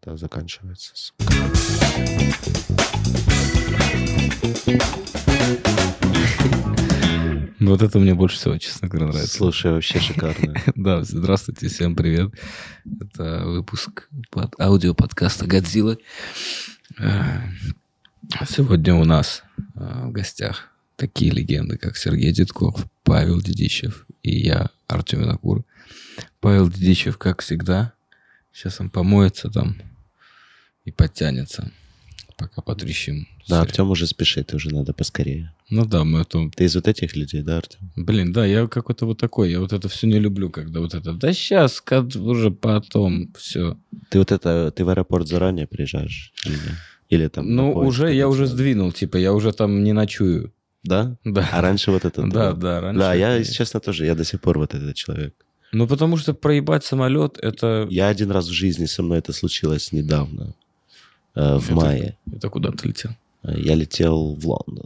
Да, заканчивается. Вот это мне больше всего, честно говоря, нравится. Слушай, вообще шикарно. Да, здравствуйте, всем привет. Это выпуск аудиоподкаста «Годзилла». Сегодня у нас в гостях такие легенды, как Сергей Детков, Павел Дедищев и я, Артем Винокур. Павел Дедищев, как всегда, сейчас он помоется там и подтянется, пока потрещим. Да, Артем уже спешит, уже надо поскорее. Ну да, мы это... Ты из вот этих людей, да, Артем? Блин, да, я какой-то вот такой, я вот это все не люблю, когда вот это, да сейчас, уже потом, все. Ты в аэропорт заранее приезжаешь? Или там... Ну, уже, я уже сдвинул, типа, я уже там не ночую. Да? Да. А раньше вот это... Да, раньше. Да, я, если честно, тоже, я до сих пор вот этот человек. Ну, потому что проебать самолет, это... Я один раз в жизни, со мной это случилось недавно, в мае. Это куда ты летел? Я летел в Лондон.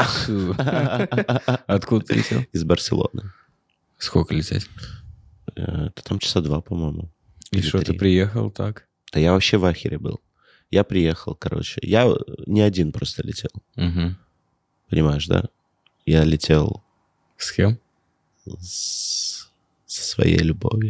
Откуда ты летел? Из Барселоны. Сколько лететь? Это там часа 2, по-моему. И что, ты приехал так? Да я вообще в ахере был. Я приехал, короче. Я не один просто летел. Угу. Понимаешь, да? Я летел... С кем? Со своей любовью.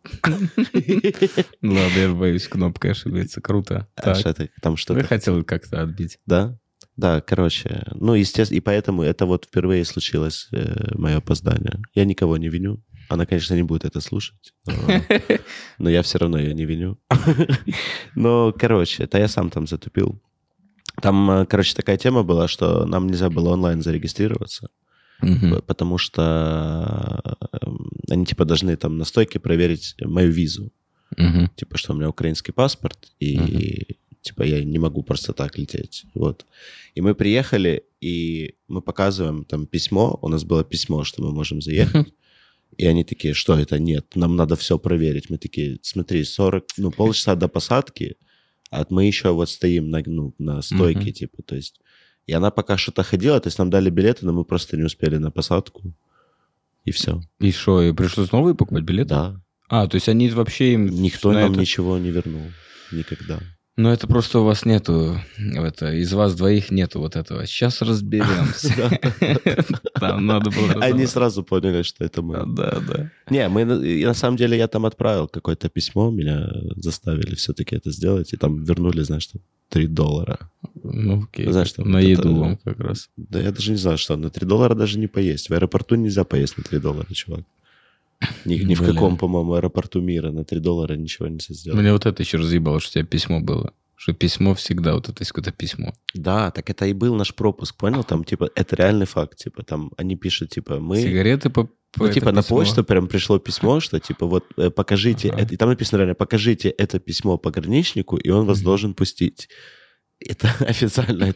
Ладно, я боюсь, кнопка ошибается. Круто. Там что-то... Я хотел как-то отбить. Да? Да, короче. Ну, естественно, и поэтому это вот впервые случилось мое опоздание. Я никого не виню. Она, конечно, не будет это слушать, но я все равно ее не виню. Но, короче, это я сам там затупил. Там, короче, такая тема была, что нам нельзя было онлайн зарегистрироваться, потому что они, типа, должны там на стойке проверить мою визу. Типа, что у меня украинский паспорт, и, типа, я не могу просто так лететь. Вот. И мы приехали, и мы показываем там письмо. У нас было письмо, что мы можем заехать. И они такие, что это? Нет, нам надо все проверить. Мы такие, смотри, полчаса до посадки, а мы еще вот стоим на стойке, типа, то есть. И она пока что-то ходила, то есть нам дали билеты, но мы просто не успели на посадку. И все. И что, и пришлось новые покупать билеты? Да. А, то есть они вообще им... Никто нам ничего не вернул. Никогда. Ну, это просто у вас нету, из вас двоих нету вот этого. Сейчас разберемся. Там надо было... Они сразу поняли, что это мы. Да. Не, на самом деле я там отправил какое-то письмо, меня заставили все-таки это сделать, и там вернули, знаешь, $3. Ну, окей. Знаешь, на еду вам как раз. Да я даже не знаю, что на $3 даже не поесть. В аэропорту нельзя поесть на $3, чувак. Ни в каком, по-моему, аэропорту мира на $3 ничего нельзя сделать. Мне вот это еще разъебало, что у тебя письмо было. Что письмо всегда, вот это есть какое-то письмо. Да, так это и был наш пропуск, понял? Там, типа, это реальный факт. Типа, там они пишут, типа, мы... Сигареты по типа, на письмо. почту прям пришло письмо, что, типа, вот, покажите... Это, и там написано реально, покажите это письмо пограничнику, и он вас должен пустить. Это официально.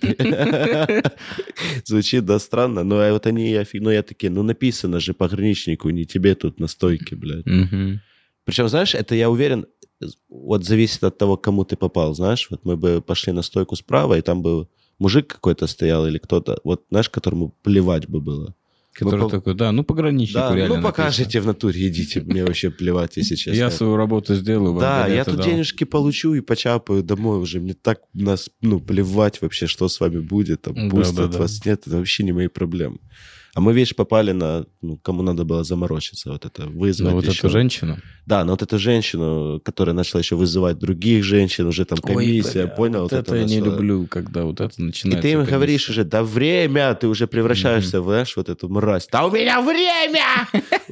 Звучит, да, странно. Но вот они, я такие, написано же пограничнику, не тебе тут на стойке, блядь. Причем, знаешь, это, я уверен, вот зависит от того, к кому ты попал, знаешь. Вот мы бы пошли на стойку справа, и там бы мужик какой-то стоял или кто-то, вот, знаешь, которому плевать бы было. Который такой, пограничнику реально ну, покажите в натуре, идите, мне вообще плевать, если честно. Я свою работу сделаю. Да, я тут денежки получу и почапаю домой уже. Мне так плевать вообще, что с вами будет. Там, пустят вас, нет, это вообще не мои проблемы. А мы, видишь, попали на... кому надо было заморочиться, вот это вызвать. Вот еще. эту женщину? Да, но вот эту женщину, которая начала еще вызывать других женщин, уже там комиссия, понял? Вот это я не люблю, когда вот это начинается. И ты им говоришь уже, да время, ты уже превращаешься в, знаешь, вот эту мразь. Да у меня время!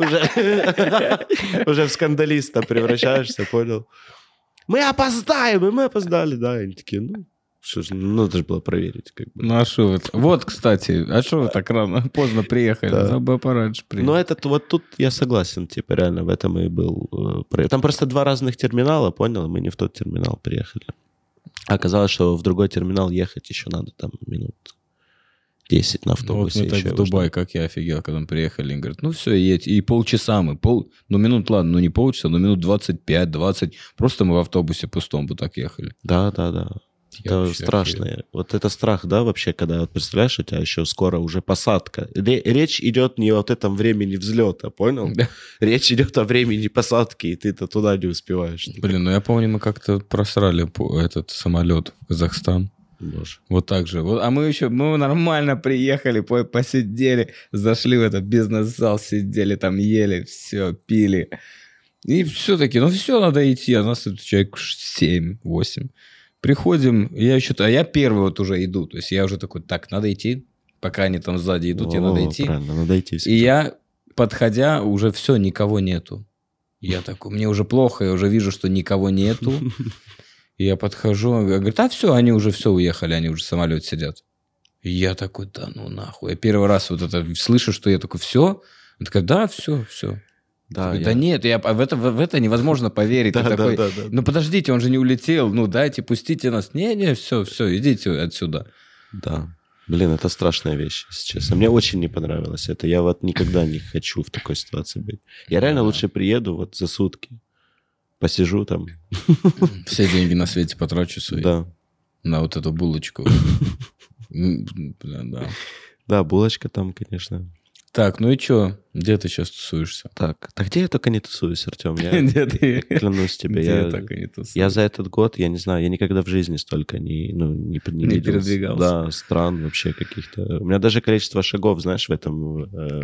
Уже в скандалиста превращаешься, понял? Мы опоздаем, и мы опоздали, да. И они такие, что ж, надо же было проверить. Как бы. Ну, а что вы... Вот, кстати, а что вы так рано, поздно приехали? Да. Надо бы пораньше приехать. Вот тут я согласен, типа, реально, в этом и был... Там просто 2 разных терминала, понял? Мы не в тот терминал приехали. А оказалось, что в другой терминал ехать еще надо там минут 10 на автобусе. Вот мы так в Дубай, как я офигел, когда мы приехали. Они говорят, все, едь. И полчаса мы, минут, ладно, не полчаса, но минут 25-20. Просто мы в автобусе пустом бы так ехали. Да. Это страшно. Вот это страх, да, вообще, когда, вот представляешь, у тебя еще скоро уже посадка. Речь идет не о этом времени взлета, понял? Да. Речь идет о времени посадки, и ты-то туда не успеваешь. Блин, ну я помню, мы как-то просрали этот самолет в Казахстан. Боже. Вот так же. Вот, а мы нормально приехали, посидели, зашли в этот бизнес-зал, сидели там, ели, все, пили. И все-таки, ну все, надо идти. А нас тут человек 7-8. Приходим, я первый вот уже иду. То есть я уже такой, так, надо идти. Пока они там сзади идут, тебе надо идти. Правильно, надо идти. И я, подходя, уже все, никого нету. Я такой, мне уже плохо, я уже вижу, что никого нету. И я подхожу, я говорю, все, они уже все уехали, они уже в самолете сидят. И я такой, да ну нахуй. Я первый раз вот это слышу, что я такой, все? Он такой, да, все. Да, такой, нет, в это невозможно поверить. Да, такой, ну подождите, он же не улетел, ну дайте, пустите нас. Не, все, идите отсюда. Да. Блин, это страшная вещь, если честно. Мне очень не понравилось это. Я вот никогда не хочу в такой ситуации быть. Я реально лучше приеду вот за сутки. Посижу там. Все деньги на свете потрачу свои. Да. На вот эту булочку. Да. Да, булочка там, конечно. Так, ну и что? Где ты сейчас тусуешься? Так, да где я только не тусуюсь, Артем? Я клянусь тебе. Я за этот год, я не знаю, я никогда в жизни столько не видел. Передвигался. Да, стран вообще каких-то. У меня даже количество шагов, знаешь, в этом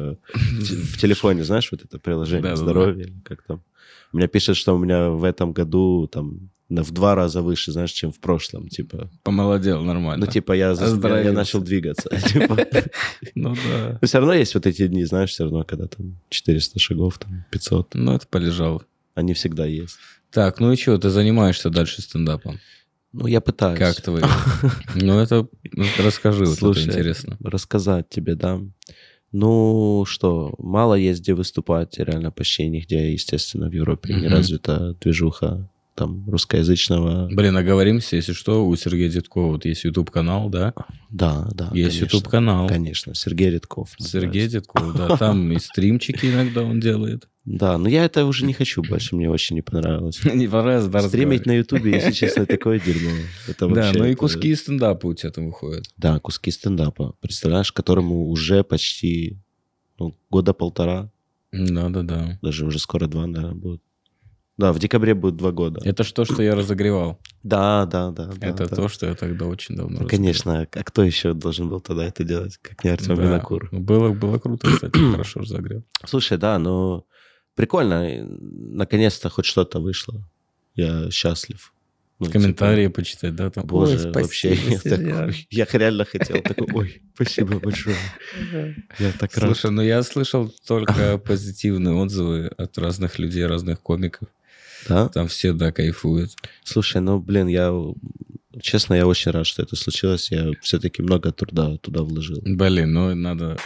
в телефоне, знаешь, вот это приложение здоровья, как там. У меня пишет, что у меня в этом году там в 2 раза выше, знаешь, чем в прошлом, типа. Помолодел нормально. Ну, типа, я начал двигаться. Ну, да. Но все равно есть вот эти дни, знаешь, все равно, когда там 400 шагов, там 500. Ну, это полежал. Они всегда есть. Так, ну и что, ты занимаешься дальше стендапом? Ну, я пытаюсь. Как твой? Ну, это расскажи, вот это интересно. Рассказать тебе, да. Ну, что, мало есть где выступать, реально почти нигде, естественно, в Европе не развита движуха там русскоязычного. Блин, оговоримся, если что, у Сергея Дедкова вот есть YouTube-канал, да? Да. Есть YouTube-канал. Конечно, Сергей Редков. Сергей Дедков, да, там и стримчики иногда он делает. Да, но я это уже не хочу больше, мне очень не понравилось. Не понравилось, да. Стримить на Ютубе, если честно, такое дерьмо. Да, ну и куски стендапа у тебя там выходят. Да, куски стендапа, представляешь, которому уже почти 1.5 года. Да. Даже уже скоро 2, наверное, будет. Да, в декабре будет 2 года. Это ж то, что я разогревал. Да. Это то, что я тогда очень давно разогревал. Конечно, а кто еще должен был тогда это делать, как не Артем Винокур? Было круто, кстати, хорошо разогрел. Слушай, да, ну прикольно, наконец-то хоть что-то вышло. Я счастлив. Комментарии почитать, да? Там, боже, вообще, я реально хотел такой, ой, спасибо большое. Я так рад. Слушай, ну я слышал только позитивные отзывы от разных людей, разных комиков. Да? Там все, да, кайфуют. Слушай, ну, блин, честно, я очень рад, что это случилось. Я все-таки много труда туда вложил. Блин, ну надо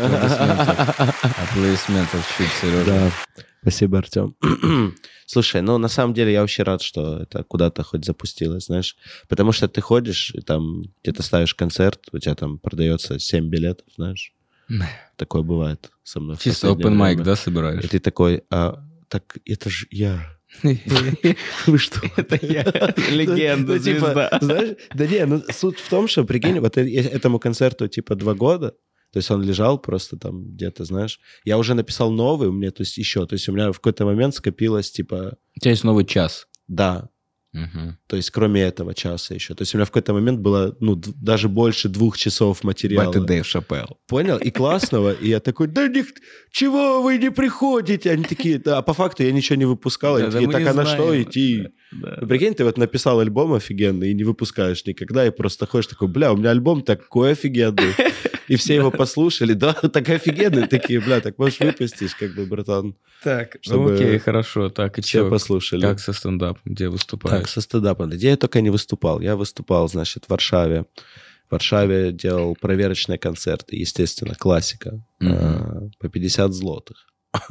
аплодисментов чуть, Сережа. Да, спасибо, Артем. Слушай, ну, на самом деле, я очень рад, что это куда-то хоть запустилось, знаешь. Потому что ты ходишь, и там где-то ставишь концерт, у тебя там продается 7 билетов, знаешь. Такое бывает со мной. Чисто open mic, да, собираешь? И ты такой, так это же я. Вы что? Это я, легенда, звезда. Знаешь, да не, ну суть в том, что, прикинь, вот этому концерту типа 2 года, то есть он лежал просто там где-то, знаешь. Я уже написал новый, у меня, то есть еще, то есть у меня в какой-то момент скопилось типа... У тебя есть новый час. Да. То есть кроме этого часа еще. То есть у меня в какой-то момент было, даже больше 2 часов материала. But Дэйв Шапелл. Понял? И классного. И я такой, чего вы не приходите? Они такие, да, а по факту я ничего не выпускал. Они такие, так а на что идти? Прикинь, ты вот написал альбом офигенный и не выпускаешь никогда, и просто ходишь такой, бля, у меня альбом такой офигенный. И все его послушали, да, так офигенные такие, бля, так можешь выпустить, как бы, братан. Так, ну окей, хорошо. Так, и все что? послушали. Как со стендапом? Где выступаешь? Так, со стендапом. Где я только не выступал. Я выступал, значит, в Варшаве. В Варшаве делал проверочные концерты, естественно, классика. По 50 злотых.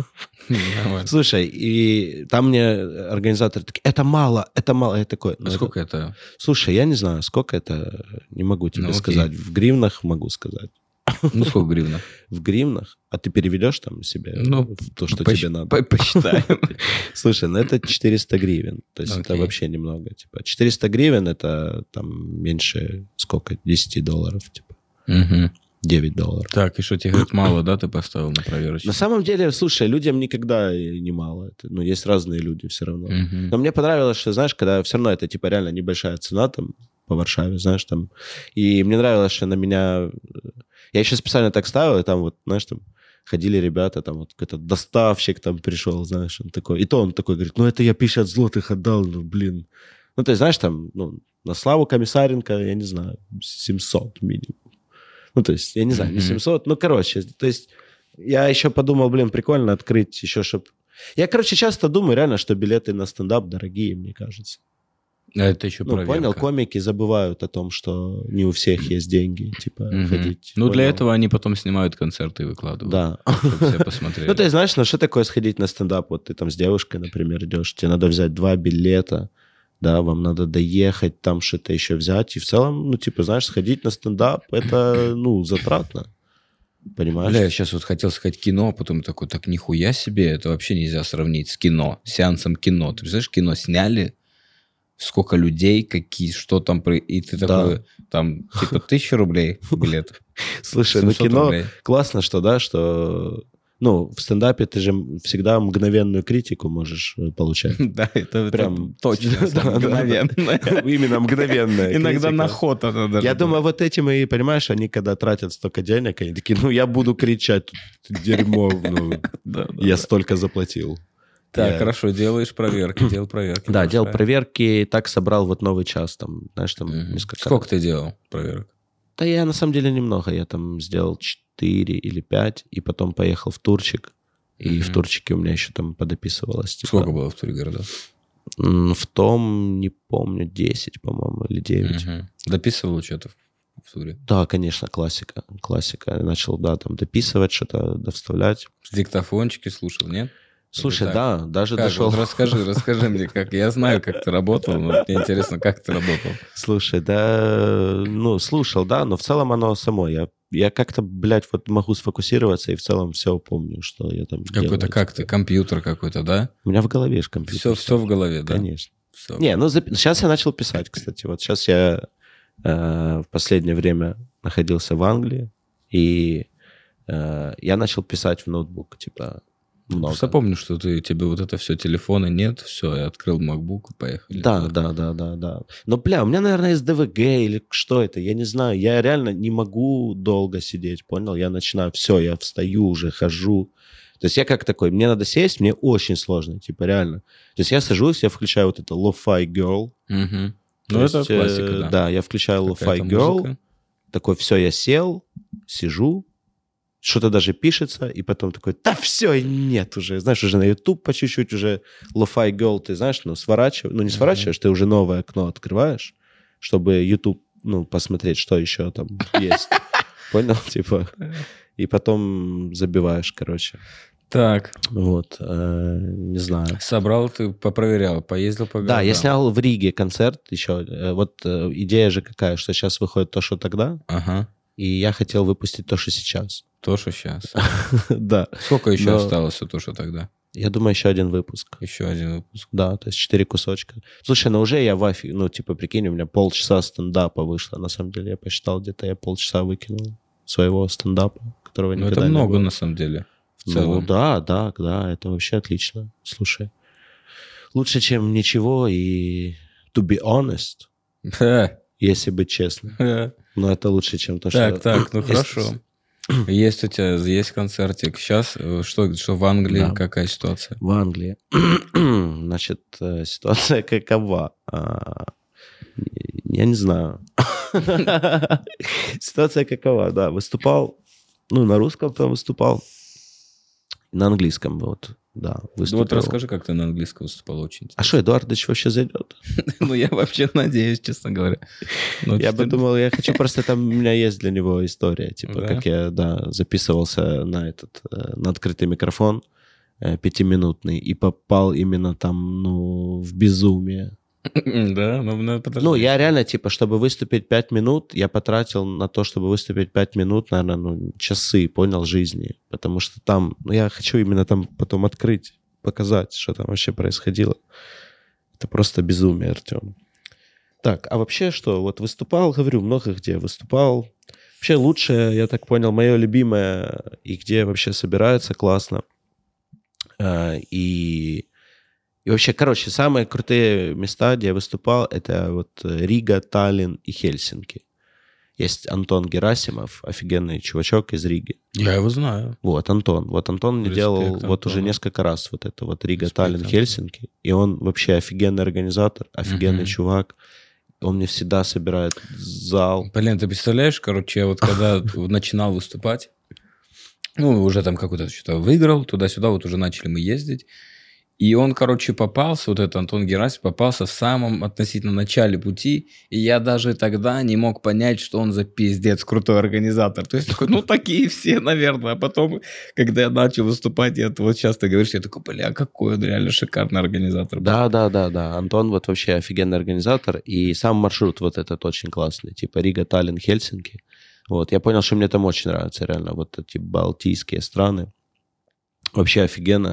Слушай, и там мне организаторы такие, это мало. Я такой... Сколько это? Слушай, я не знаю, сколько это, не могу тебе сказать. В гривнах могу сказать. Ну, сколько в гривнах? В гривнах? А ты переведешь там себе то, что тебе надо? Посчитаем. Слушай, ну это 400 гривен. То есть это вообще немного. Типа 400 гривен это там меньше сколько? 10 долларов. Типа. $9. Так, и что, тебе говорят, мало, да, ты поставил на проверочку? На самом деле, слушай, людям никогда не мало. Ну, есть разные люди все равно. Но мне понравилось, что, знаешь, когда все равно это, типа, реально небольшая цена там по Варшаве, знаешь, там. И мне нравилось, что на меня... Я еще специально так ставил, и там вот, знаешь, там ходили ребята, там вот какой-то доставщик там пришел, знаешь, он такой... И то он такой говорит, ну, это я 50 злотых отдал, ну, блин. Ну, то есть, знаешь, там, ну, на Славу Комиссаренко, я не знаю, 700 минимум. Ну, то есть, я не знаю, не 700, ну, короче, то есть, я еще подумал, блин, прикольно открыть еще, чтобы... Я, короче, часто думаю реально, что билеты на стендап дорогие, мне кажется. А это еще проверка. Понял, комики забывают о том, что не у всех есть деньги, типа, ходить. Ну, для этого они потом снимают концерты и выкладывают. Да. Чтобы все посмотрели. Ну, ты знаешь, ну, что такое сходить на стендап? Вот ты там с девушкой, например, идешь, тебе надо взять 2 билета, да, вам надо доехать, там что-то еще взять. И в целом, ну, типа, знаешь, сходить на стендап, это, ну, затратно. Понимаешь? Бля, я сейчас вот хотел сказать кино, а потом такой, так нихуя себе, это вообще нельзя сравнить с кино, с сеансом кино. Ты представляешь, кино сняли, сколько людей, какие, что там, и ты такой, там, типа, 1000 рублей билет. Слушай, ну, кино классно, что, да, что... Ну, в стендапе ты же всегда мгновенную критику можешь получать. Да, это прям точно, мгновенная. Именно мгновенная. Иногда на ход она даже. Я думаю, вот этим и, понимаешь, они когда тратят столько денег, они такие, ну, я буду кричать, дерьмо, ну, я столько заплатил. Так, хорошо, делаешь проверки, делал проверки. Да, делал проверки, так собрал вот новый час, там, знаешь, там несколько... Сколько ты делал проверок? Да я, на самом деле, немного. Я там сделал 4 или 5, и потом поехал в Турчик. И в Турчике у меня еще там подописывалось. Типа, сколько было в туре городов? В том, не помню, 10, по-моему, или 9. Дописывал что-то в туре? Да, конечно, классика. Классика. Я начал, да, там дописывать что-то, вставлять. Диктофончики слушал, нет? Слушай, да, даже как? дошел... Вот расскажи мне, как. Я знаю, как ты работал, но мне интересно, как ты работал. Слушай, да, ну, слушал, да, но в целом оно само. Я как-то, блядь, вот могу сфокусироваться и в целом все помню, что я там какой-то делаю. как ты, компьютер какой-то, да? У меня в голове же компьютер. Все в голове, да? Конечно. Все. Не, ну, сейчас я начал писать, кстати. Вот сейчас я в последнее время находился в Англии, и я начал писать в ноутбук, типа... Много. Просто помню, что тебе вот это все, телефона нет, все, я открыл MacBook и поехали. Да. Но, бля, у меня, наверное, есть ДВГ или что это, я не знаю. Я реально не могу долго сидеть, понял? Я начинаю, все, я встаю уже, хожу. То есть я как такой, мне надо сесть, мне очень сложно, типа, реально. То есть я сажусь, я включаю вот это Lo-Fi Girl. Ну, это классика, да. Да, я включаю Lo-Fi Girl. Такой, все, я сел, сижу. Что-то даже пишется, и потом такой, да все, нет уже. Знаешь, уже на YouTube по чуть-чуть уже Lo-Fi Girl, ты знаешь, ну, сворачиваешь. Ну, не сворачиваешь, ты уже новое окно открываешь, чтобы YouTube, ну, посмотреть, что еще там есть. Понял? Типа. И потом забиваешь, короче. Так. Вот. Не знаю. Собрал ты, попроверял, поездил по городам. Да, я снял в Риге концерт еще. Вот идея же какая, что сейчас выходит то, что тогда. Ага. И я хотел выпустить то, что сейчас. То, что сейчас. Да. Сколько еще осталось, то, что тогда? Я думаю, еще один выпуск. Еще один выпуск. Да, то есть 4 кусочка. Слушай, ну уже я в афиге, ну, типа, прикинь, у меня полчаса стендапа вышло. На самом деле, я посчитал, где-то я полчаса выкинул своего стендапа, которого никогда это не много, было. На самом деле, в Ну, целом. да, это вообще отлично. Слушай, лучше, чем ничего, и to be honest, если быть честным. Но это лучше, чем то, что... Так, ну хорошо. Есть у тебя, есть концертик. Сейчас, что в Англии, Да. какая ситуация? В Англии. Значит, ситуация какова? Я не знаю. Ситуация какова, да. Выступал, ну, на русском там выступал, на английском вот, да, выступил. Вот расскажи, как ты на английском выступал, очень интересно. А что, Эдуардович вообще зайдет? Ну, я вообще надеюсь, честно говоря. Я бы думал, я хочу просто, там у меня есть для него история, типа, как я, да, записывался на открытый микрофон 5-минутный и попал именно там, ну, в безумие. Да, ну подожди. Ну, я реально, типа, чтобы выступить 5 минут, я потратил на то, чтобы выступить 5 минут, наверное, ну, часы, понял, жизни. Потому что там, ну, я хочу именно там потом открыть, показать, что там вообще происходило. Это просто безумие, Артем. Так, а вообще что? Вот выступал, говорю, много где выступал. Вообще лучшее, я так понял, мое любимое, и где вообще собираются классно. И вообще, короче, самые крутые места, где я выступал, это вот Рига, Таллин и Хельсинки. Есть Антон Герасимов, офигенный чувачок из Риги. Я его знаю. Вот Антон. Вот Антон мне Респект делал Антону. вот уже несколько раз вот это вот Рига, Респект Таллин, Антону. Хельсинки. И он вообще офигенный организатор, офигенный чувак. Он мне всегда собирает зал. Блин, ты представляешь, короче, я вот когда начинал выступать, ну, уже там какой-то что-то выиграл, туда-сюда, вот уже начали мы ездить. И он, короче, попался, вот этот Антон Герасимов, попался в самом относительно начале пути, и я даже тогда не мог понять, что он за пиздец крутой организатор. То есть такой, ну, такие все, наверное. А потом, когда я начал выступать, я вот сейчас ты говоришь, я такой, бля, какой он реально шикарный организатор. Да. Антон вот вообще офигенный организатор, и сам маршрут вот этот очень классный, типа Рига, Таллин, Хельсинки. Вот, я понял, что мне там очень нравится, реально, вот эти балтийские страны. Вообще офигенно.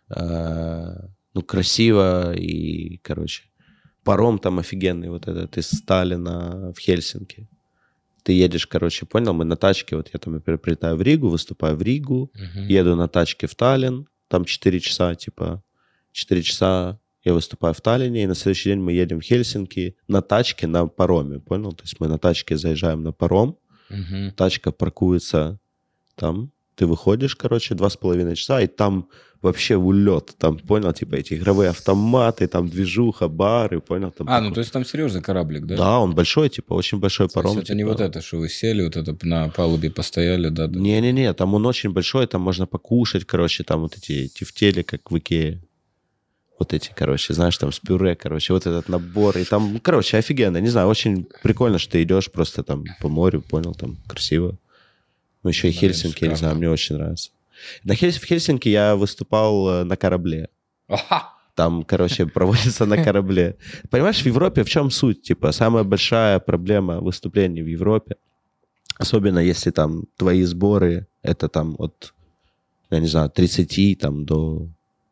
Ну, красиво и, короче, паром там офигенный, вот этот из Таллина в Хельсинки. Ты едешь, короче, понял, мы на тачке, вот я там, например, прилетаю в Ригу, выступаю в Ригу, еду на тачке в Таллин, там 4 часа, типа, 4 часа я выступаю в Таллине, и на следующий день мы едем в Хельсинки на тачке, на пароме, понял? То есть мы на тачке заезжаем на паром, тачка паркуется там, ты выходишь, короче, 2,5 часа, и там вообще улет, там, понял, типа эти игровые автоматы, там движуха, бары, понял? Там ну то есть там серьезный кораблик, да? Да, он большой, типа, очень большой паром. Это типа... не вот это, что вы сели, вот это на палубе постояли, да? Не-не-не, там он очень большой, там можно покушать, короче, там вот эти тефтели, как в Икее. Вот эти, короче, знаешь, там с пюре, короче, вот этот набор. И там, короче, офигенно, не знаю, очень прикольно, что ты идешь просто там по морю, понял, там красиво. Ну, еще и Хельсинки, я не знаю, мне очень нравится. В Хельсинки я выступал на корабле. Там, короче, проводится на корабле. Понимаешь, в Европе в чем суть? Типа, самая большая проблема выступлений в Европе, особенно если там твои сборы, это там от, я не знаю, 30 там, до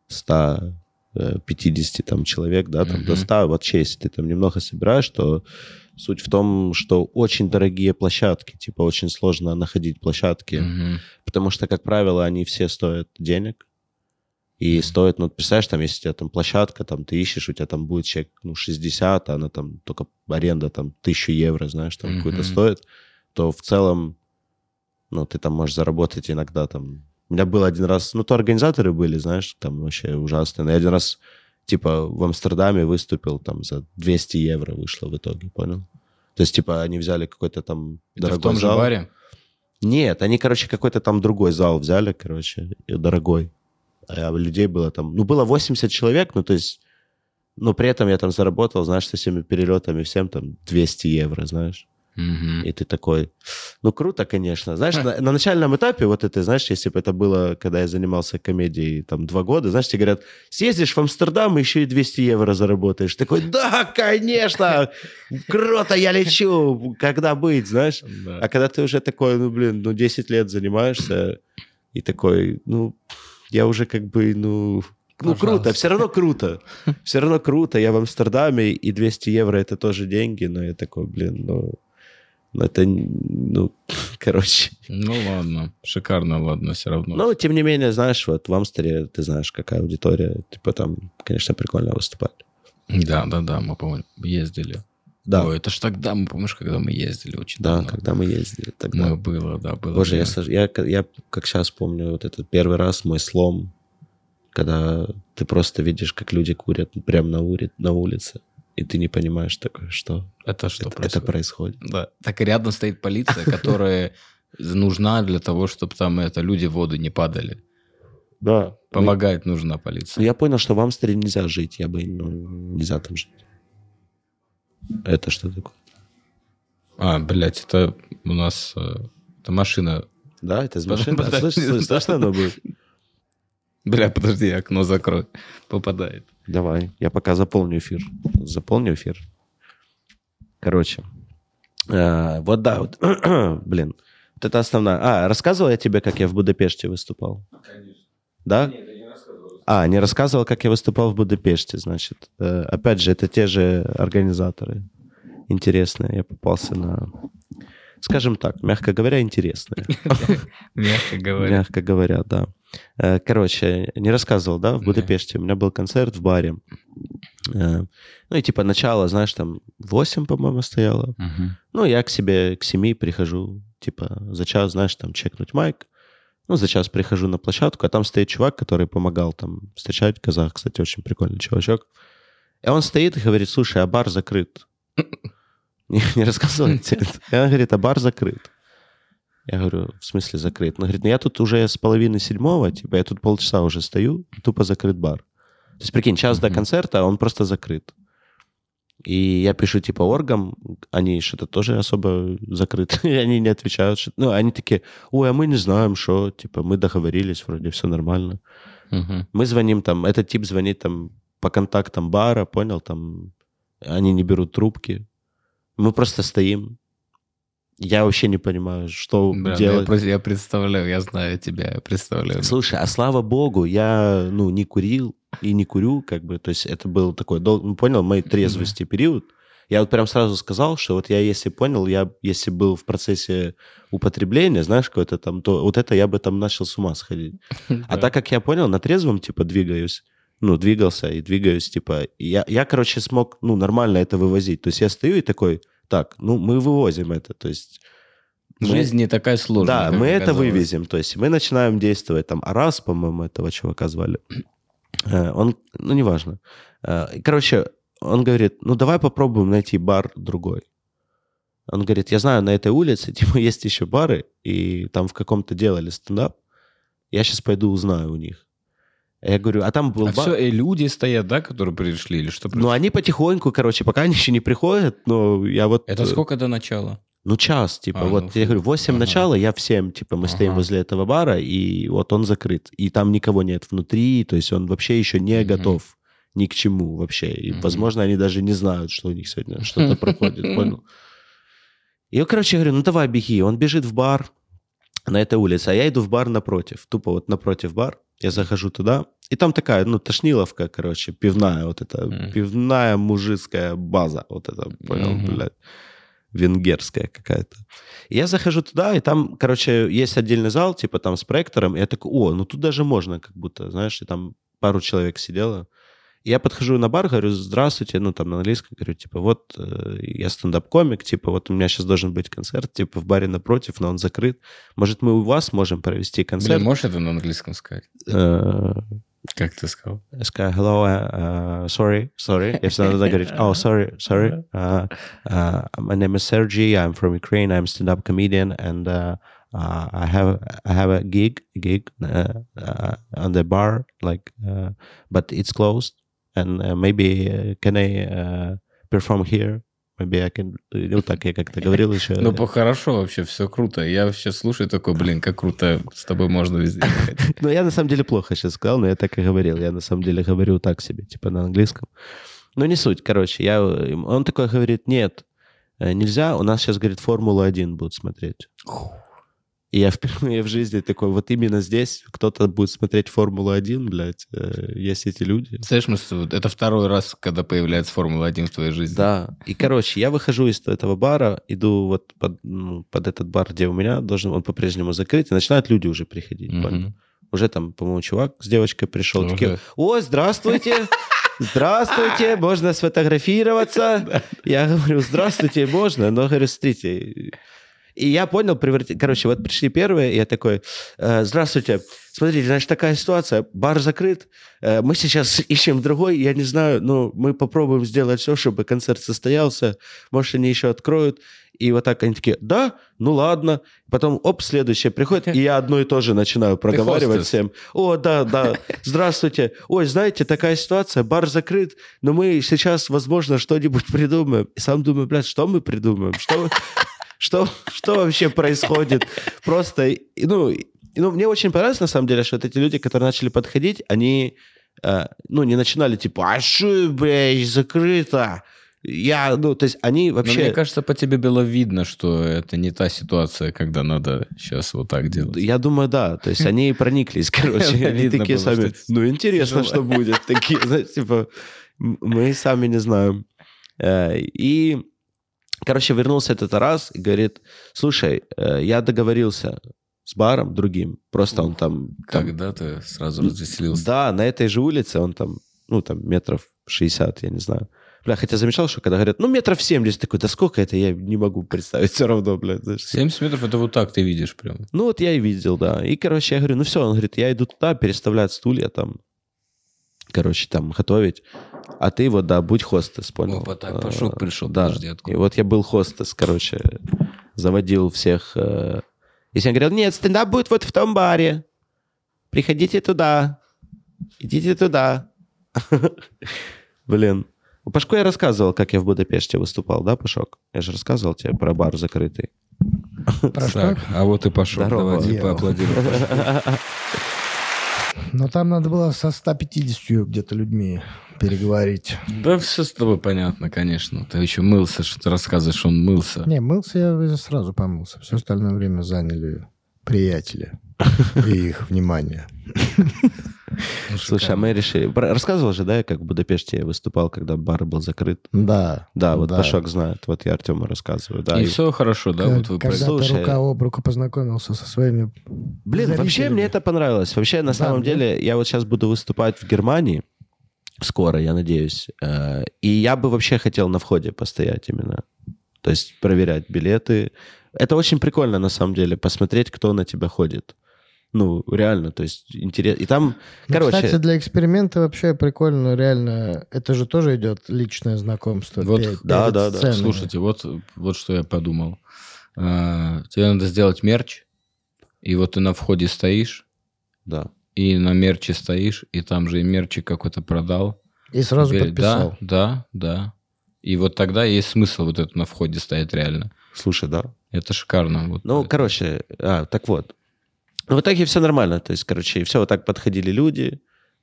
150 там, человек, да, там, до 100. Вообще, если ты там немного собираешь, то суть в том, что очень дорогие площадки, типа, очень сложно находить площадки, потому что, как правило, они все стоят денег. И стоит, ну, представляешь, там, если у тебя там площадка, там, ты ищешь, у тебя там будет человек, ну, 60, а она там, только аренда там 1000 евро, знаешь, там, какую-то стоит, то в целом, ну, ты там можешь заработать иногда там... У меня был один раз, ну, то организаторы были, знаешь, там вообще ужасно. Но я один раз, типа, в Амстердаме выступил, там, за 200 евро вышло в итоге, понял? То есть, типа, они взяли какой-то там дорогой зал. Это в том же баре? Нет, они, короче, какой-то там другой зал взяли, короче, дорогой. А людей было там... Ну, было 80 человек, ну, то есть... Но при этом я там заработал, знаешь, со всеми перелетами, всем там 200 евро, знаешь. И ты такой... Ну, круто, конечно. Знаешь, на начальном этапе, вот это, знаешь, если бы это было, когда я занимался комедией там 2 года, знаешь, тебе говорят, съездишь в Амстердам, еще и 200 евро заработаешь. Такой, да, конечно, круто, я лечу, когда быть, знаешь. Да. А когда ты уже такой, ну, блин, ну, 10 лет занимаешься, и такой, ну, я уже как бы, ну круто, все равно круто. Все равно круто, я в Амстердаме, и 200 евро это тоже деньги, но я такой, блин, ну, это, ну, короче. Ну, ладно, шикарно, ладно, все равно. Но, тем не менее, знаешь, вот в Амстере ты знаешь, какая аудитория, типа там, конечно, прикольно выступать. Да, мы, по-моему, ездили. Да. Ой, это ж тогда, мы, помнишь, когда мы ездили очень Да, давно. когда мы ездили. Тогда. Мы было. Боже, я как сейчас помню вот этот первый раз мой слом, когда ты просто видишь, как люди курят прямо на улице, и ты не понимаешь такое, что это происходит. Да. Так и рядом стоит полиция, которая нужна для того, чтобы там люди в воду не падали. Да. Помогает нужна полиция. Я понял, что в Амстере нельзя жить, нельзя там жить. Это что такое? Блядь, это у нас... Это машина. Да, это из машины? Слышно оно будет? Бля, подожди, окно закрой. Попадает. Давай, я пока заполню эфир. Короче, вот да, вот, блин, вот это основная... рассказывал я тебе, как я в Будапеште выступал? Конечно. Да? Нет, я не рассказывал. Не рассказывал, как я выступал в Будапеште, значит. Опять же, это те же организаторы интересные. Я попался на... Скажем так, мягко говоря, интересные. Мягко говоря. Мягко говоря, да. Короче, не рассказывал, да, в Будапеште. У меня был концерт в баре. Ну, и типа начало, знаешь, там 8, по-моему, стояло. Ну, я к 7 прихожу, типа за час, знаешь, там чекнуть майк. Ну, за час прихожу на площадку, а там стоит чувак, который помогал там встречать, казах, кстати, очень прикольный чувачок. И он стоит и говорит: слушай, а бар закрыт. Не рассказывал тебе. И он говорит: а бар закрыт. Я говорю: в смысле закрыт? Он говорит: ну я тут уже с 6:30, типа я тут полчаса уже стою, тупо закрыт бар. То есть, прикинь, час до концерта, а он просто закрыт. И я пишу, типа, оргам, они что-то тоже особо закрыты, и они не отвечают. Ну, они такие: ой, а мы не знаем, что, типа, мы договорились, вроде все нормально. Мы звоним там, этот тип звонит там по контактам бара, понял, там, они не берут трубки. Мы просто стоим. Я вообще не понимаю, что делать. Я представляю, я знаю тебя, я представляю. Слушай, а слава богу, я, не курил и не курю, как бы, то есть это был такой, понял, мой трезвости период. Я вот прям сразу сказал, что вот я, если понял, если был в процессе употребления, знаешь, какой-то там, то вот это я бы там начал с ума сходить. А так как я понял, на трезвом, типа, двигался и двигаюсь, типа, я, короче, смог, нормально это вывозить. То есть я стою и такой: так, мы вывозим это, то есть... Жизнь не такая сложная. Да, мы это вывезем, то есть мы начинаем действовать. Там Арас, по-моему, этого чувака звали. Он, неважно. Короче, он говорит: давай попробуем найти бар другой. Он говорит: я знаю, на этой улице, типа, есть еще бары, и там в каком-то делали стендап. Я сейчас пойду узнаю у них. Я говорю: а там был бар... все, и люди стоят, да, которые пришли, или что? они потихоньку, короче, пока они еще не приходят, но я вот... Это сколько до начала? Час, типа, я говорю, 8 начала, я в 7, типа, мы стоим возле этого бара, и вот он закрыт. И там никого нет внутри, то есть он вообще еще не готов ни к чему вообще. И, возможно, они даже не знают, что у них сегодня что-то проходит, понял? И я, короче, говорю: давай, беги. Он бежит в бар на этой улице, а я иду в бар напротив, тупо вот напротив бар. Я захожу туда, и там такая, тошниловка, короче, пивная, вот эта пивная мужицкая база, вот это, понял, блядь, венгерская какая-то. И я захожу туда, и там, короче, есть отдельный зал, типа там с проектором, и я такой: тут даже можно как будто, знаешь, и там пару человек сидело. И я подхожу на бар, говорю: здравствуйте, там на английском, говорю, типа, вот, я стендап-комик, типа, вот у меня сейчас должен быть концерт, типа, в баре напротив, но он закрыт. Может, мы у вас можем провести концерт? Блин, можешь это на английском сказать? Как ты сказал? Я сказал: hello, sorry. Если надо говорить: oh, sorry. My name is Sergey, I'm from Ukraine, I'm a stand-up comedian, and I have a gig on the bar, like, but it's closed. And maybe can I perform here? Maybe I can... так я как-то говорил еще. Хорошо вообще, все круто. Я сейчас слушаю такой: блин, как круто, с тобой можно везде ехать. Я на самом деле плохо сейчас сказал, но я так и говорил. Я на самом деле говорю так себе, типа на английском. Не суть, короче. Он такой говорит: нет, нельзя, у нас сейчас, говорит, Формулу-1 будут смотреть. И я впервые в жизни такой: вот именно здесь кто-то будет смотреть Формулу-1, блядь, есть эти люди. Знаешь, это второй раз, когда появляется Формула-1 в твоей жизни. Да, и, короче, я выхожу из этого бара, иду вот под этот бар, где у меня он по-прежнему закрыт, и начинают люди уже приходить, понял? Уже там, по-моему, чувак с девочкой пришел, такие: о, здравствуйте! Здравствуйте, можно сфотографироваться? Я говорю: здравствуйте, можно? Но, говорю, смотрите... И я понял, короче, вот пришли первые, и я такой: здравствуйте, смотрите, значит, такая ситуация, бар закрыт, мы сейчас ищем другой, я не знаю, мы попробуем сделать все, чтобы концерт состоялся, может, они еще откроют. И вот так они такие: да, ладно. Потом, следующее приходит, и я одно и то же начинаю проговаривать всем. О, да, здравствуйте. Ой, знаете, такая ситуация, бар закрыт, но мы сейчас, возможно, что-нибудь придумаем. И сам думаю: блядь, что мы придумаем? Что вообще происходит? Просто, мне очень понравилось, на самом деле, что вот эти люди, которые начали подходить, они не начинали типа, а что, блядь, закрыто? То есть они вообще... Но мне кажется, по тебе было видно, что это не та ситуация, когда надо сейчас вот так делать. Я думаю, да. То есть они прониклись, короче. Они такие сами, интересно, что будет. Такие, знаешь, типа, мы сами не знаем. И, короче, вернулся этот раз и говорит, слушай, я договорился с баром другим. Просто он там... Когда ты сразу развеселился? Да, на этой же улице он там, метров 60, я не знаю. Бля, хотя замечал, что когда говорят, метров 70, такой, да сколько это, я не могу представить все равно, блядь. 70 метров, это вот так ты видишь прям. Вот я и видел, да. И, короче, я говорю, все, он говорит, я иду туда переставлять стулья там, короче, там готовить, а ты вот, да, будь хостес, понял? Опа, так, Пашок пришел, да. подожди, откуда? И вот я был хостес, короче, заводил всех. Если он говорил, нет, стендап будет вот в том баре, приходите туда, идите туда. Блин. Пашку я рассказывал, как я в Будапеште выступал, да, Пашок? Я же рассказывал тебе про бар закрытый. Так, а вот и Пашок, давайте поаплодируем. Но там надо было со 150 где-то людьми переговорить. Да все с тобой понятно, конечно. Ты еще мылся, что ты рассказываешь, он мылся. Не, мылся я сразу помылся. Все остальное время заняли приятели и их внимание. Слушай, а мы решили... Рассказывал же, да, как в Будапеште я выступал, когда бар был закрыт? Да. Да, вот Пашок знает. Вот я Артему рассказываю. Да, и все хорошо, да? Вот вы когда ты рука об руку познакомился со своими Блин, вообще мне это понравилось. Вообще, на самом деле, я вот сейчас буду выступать в Германии. Скоро, я надеюсь. И я бы вообще хотел на входе постоять именно. То есть проверять билеты. Это очень прикольно, на самом деле, посмотреть, кто на тебя ходит. Реально, то есть интересно. И там, короче... Кстати, для эксперимента вообще прикольно, реально. Это же тоже идет личное знакомство. Вот, да. Слушайте, вот что я подумал. Тебе надо сделать мерч, и вот ты на входе стоишь, да. И на мерче стоишь, и там же и мерчик какой-то продал. И сразу подписал. Да. И вот тогда есть смысл вот это на входе стоять реально. Слушай, да. Это шикарно. Короче, так вот. В итоге все нормально. То есть, короче, все вот так подходили люди.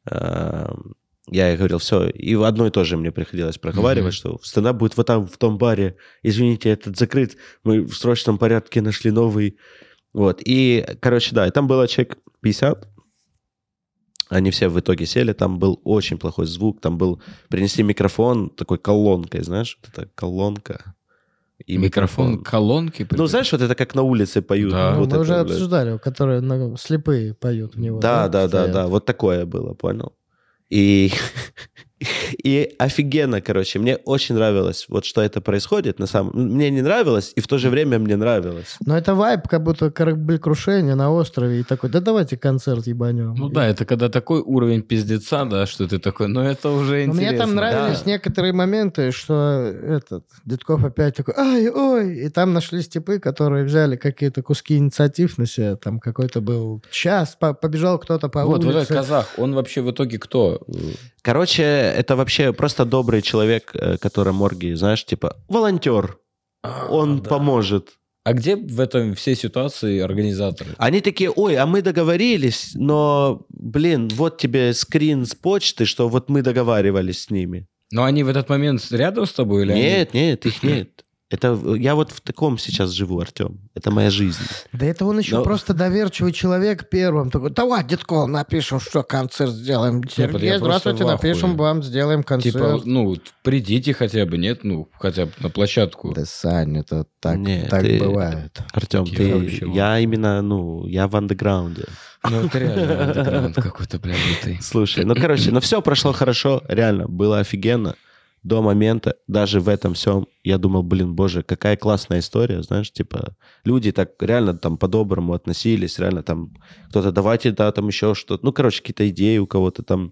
Я ей говорил, все. И в одно и то же мне приходилось проговаривать, что стендап будет вот там, в том баре. Извините, этот закрыт. Мы в срочном порядке нашли новый. Вот. И, короче, да, и там было человек 50. Они все в итоге сели. Там был очень плохой звук. Там принесли микрофон такой колонкой, знаешь? Вот эта колонка. И микрофон колонки? Знаешь, вот это как на улице поют. Да. Вот мы уже обсуждали, которые слепые поют в него. Да. Вот такое было, понял? И офигенно, короче. Мне очень нравилось, вот что это происходит. Мне не нравилось, и в то же время мне нравилось. Но это вайб, как будто кораблекрушение на острове. И такой, да давайте концерт ебанем. Да, это когда такой уровень пиздеца, да, что ты такой, это уже интересно. Мне там нравились некоторые моменты, что Дедков опять такой, ой. И там нашлись типы, которые взяли какие-то куски инициатив на себя. Там какой-то был час, побежал кто-то по улице. Вот этот казах, он вообще в итоге кто? Короче, это вообще просто добрый человек, который морги, знаешь, типа волонтер. Он поможет. А где в этом всей ситуации организаторы? Они такие, ой, а мы договорились, но, вот тебе скрин с почты, что вот мы договаривались с ними. Но они в этот момент рядом с тобой? Или Нет, их нет. Это я вот в таком сейчас живу, Артем. Это моя жизнь. Да это он еще просто доверчивый человек первым. Такой, давай, Дедков, напишем, что концерт сделаем. Сергей, здравствуйте, напишем вам, сделаем концерт. Типа, придите хотя бы, нет? Хотя бы на площадку. Да, Сань, это так бывает. Артем, я именно, я в андеграунде. Это реально андеграунд какой-то, блядь. Слушай, короче, все прошло хорошо, реально, было офигенно. До момента, даже в этом всем, я думал, боже, какая классная история, знаешь, типа, люди так реально там по-доброму относились, реально там кто-то, давайте, да, там еще что-то, какие-то идеи у кого-то там.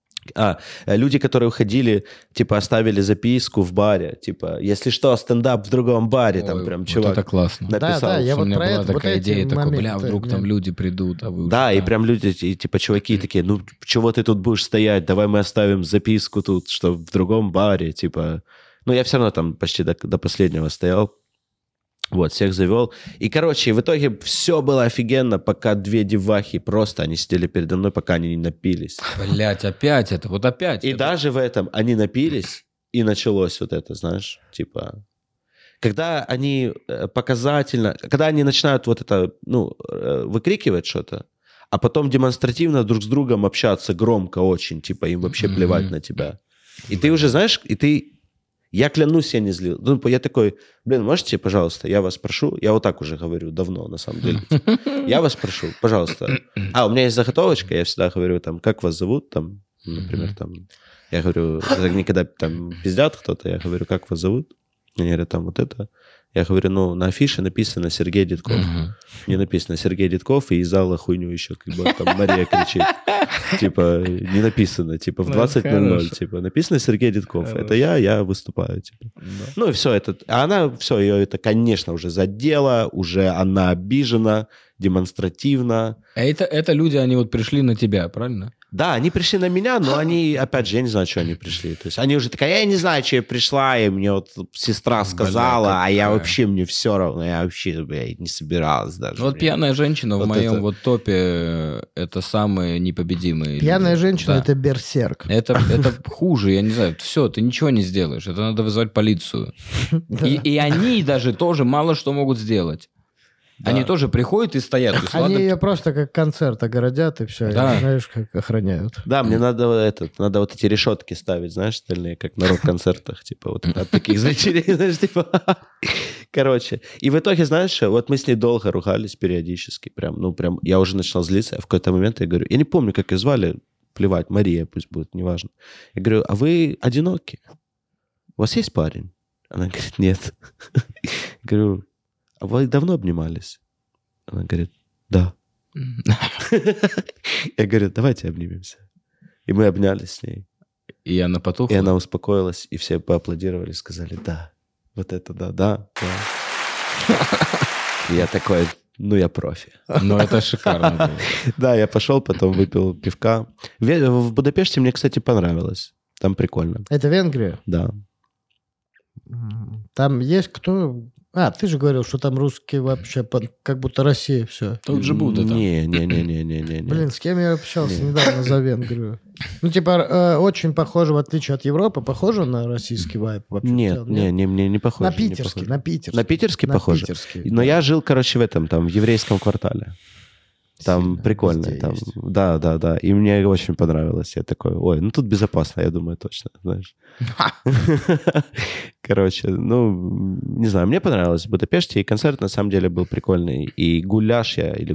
Люди, которые уходили, типа, оставили записку в баре, типа, если что, стендап в другом баре, там прям чувак это классно. написал. Да, я у меня была такая идея, такой, моменты, вдруг там люди придут, а вы Да, и прям люди, и, типа, чуваки такие, чего ты тут будешь стоять, давай мы оставим записку тут, что в другом баре, типа. Я все равно там почти до последнего стоял. Вот, всех завел. И, короче, в итоге все было офигенно, пока две девахи просто, они сидели передо мной, пока они не напились. Блять, опять это, вот опять. И даже в этом они напились, и началось вот это, знаешь, типа... Когда они показательно... Когда они начинают вот это, ну, выкрикивать что-то, а потом демонстративно друг с другом общаться громко очень, типа им вообще плевать на тебя. И ты уже, знаешь, и ты... Я клянусь, я не злил. Ну, я такой, можете, пожалуйста, я вас прошу, я вот так уже говорю давно, на самом деле. Я вас прошу, пожалуйста. У меня есть заготовочка, я всегда говорю, там, как вас зовут, там, например, там, я говорю, когда там пиздят кто-то, я говорю, как вас зовут? Они говорят, там, вот это. Я говорю, ну, на афише написано Сергей Дедков. Не написано Сергей Дедков, и из зала хуйню еще, как бы, там, Мария кричит. Типа, не написано, типа, в 20:00, типа, написано Сергей Дедков. Это я выступаю, типа. Ну, и все это. А она, все, ее это, конечно, уже задело, уже она обижена, демонстративно. А это люди, они вот пришли на тебя, правильно? Да, они пришли на меня, но они, опять же, я не знаю, что они пришли. То есть они уже такая, я не знаю, что я пришла, и мне вот сестра сказала, а я вообще, мне все равно, я вообще, блядь, не собиралась даже. Ну, вот пьяная женщина вот в моем вот топе, это самые непобедимые. Пьяная женщина, это берсерк. Это хуже, я не знаю, все, ты ничего не сделаешь, это надо вызвать полицию. И они даже тоже мало что могут сделать. Да. Они тоже приходят и стоят. Есть, они ее просто как концерт огородят, и все, да. И, знаешь, как охраняют. Да, мне надо вот эти решетки ставить, знаешь, стальные, как на рок-концертах, типа, вот от таких зрителей, знаешь, типа... Короче, и в итоге, знаешь, вот мы с ней долго ругались периодически, прям, я уже начинал злиться, а в какой-то момент я говорю, я не помню, как ее звали, плевать, Мария пусть будет, неважно. Я говорю, а вы одиноки? У вас есть парень? Она говорит, нет. Я говорю, а вы давно обнимались? Она говорит, да. Я говорю, давайте обнимемся. И мы обнялись с ней. И она потухла? И она успокоилась, и все поаплодировали, сказали, да, вот это да. И я такой, ну я профи. Ну это шикарно было. Да, я пошел, потом выпил пивка. В Будапеште мне, кстати, понравилось. Там прикольно. Это Венгрия? Да. Там есть кто... А, ты же говорил, что там русские вообще как будто Россия все. Тут же Будда там. Не. Блин, с кем я общался недавно за Венгрию? Ну, типа, очень похоже, в отличие от Европы, похоже на российский вайб? Нет, не похоже. На питерский. На питерский похоже? Но я жил, короче, в этом, там, в еврейском квартале. Там сильно, прикольно. Там, да. И мне очень понравилось. Я такой, ой, ну тут безопасно, я думаю, точно, знаешь. Короче, ну, не знаю, мне понравилось в Будапеште, и концерт на самом деле был прикольный. И гуляш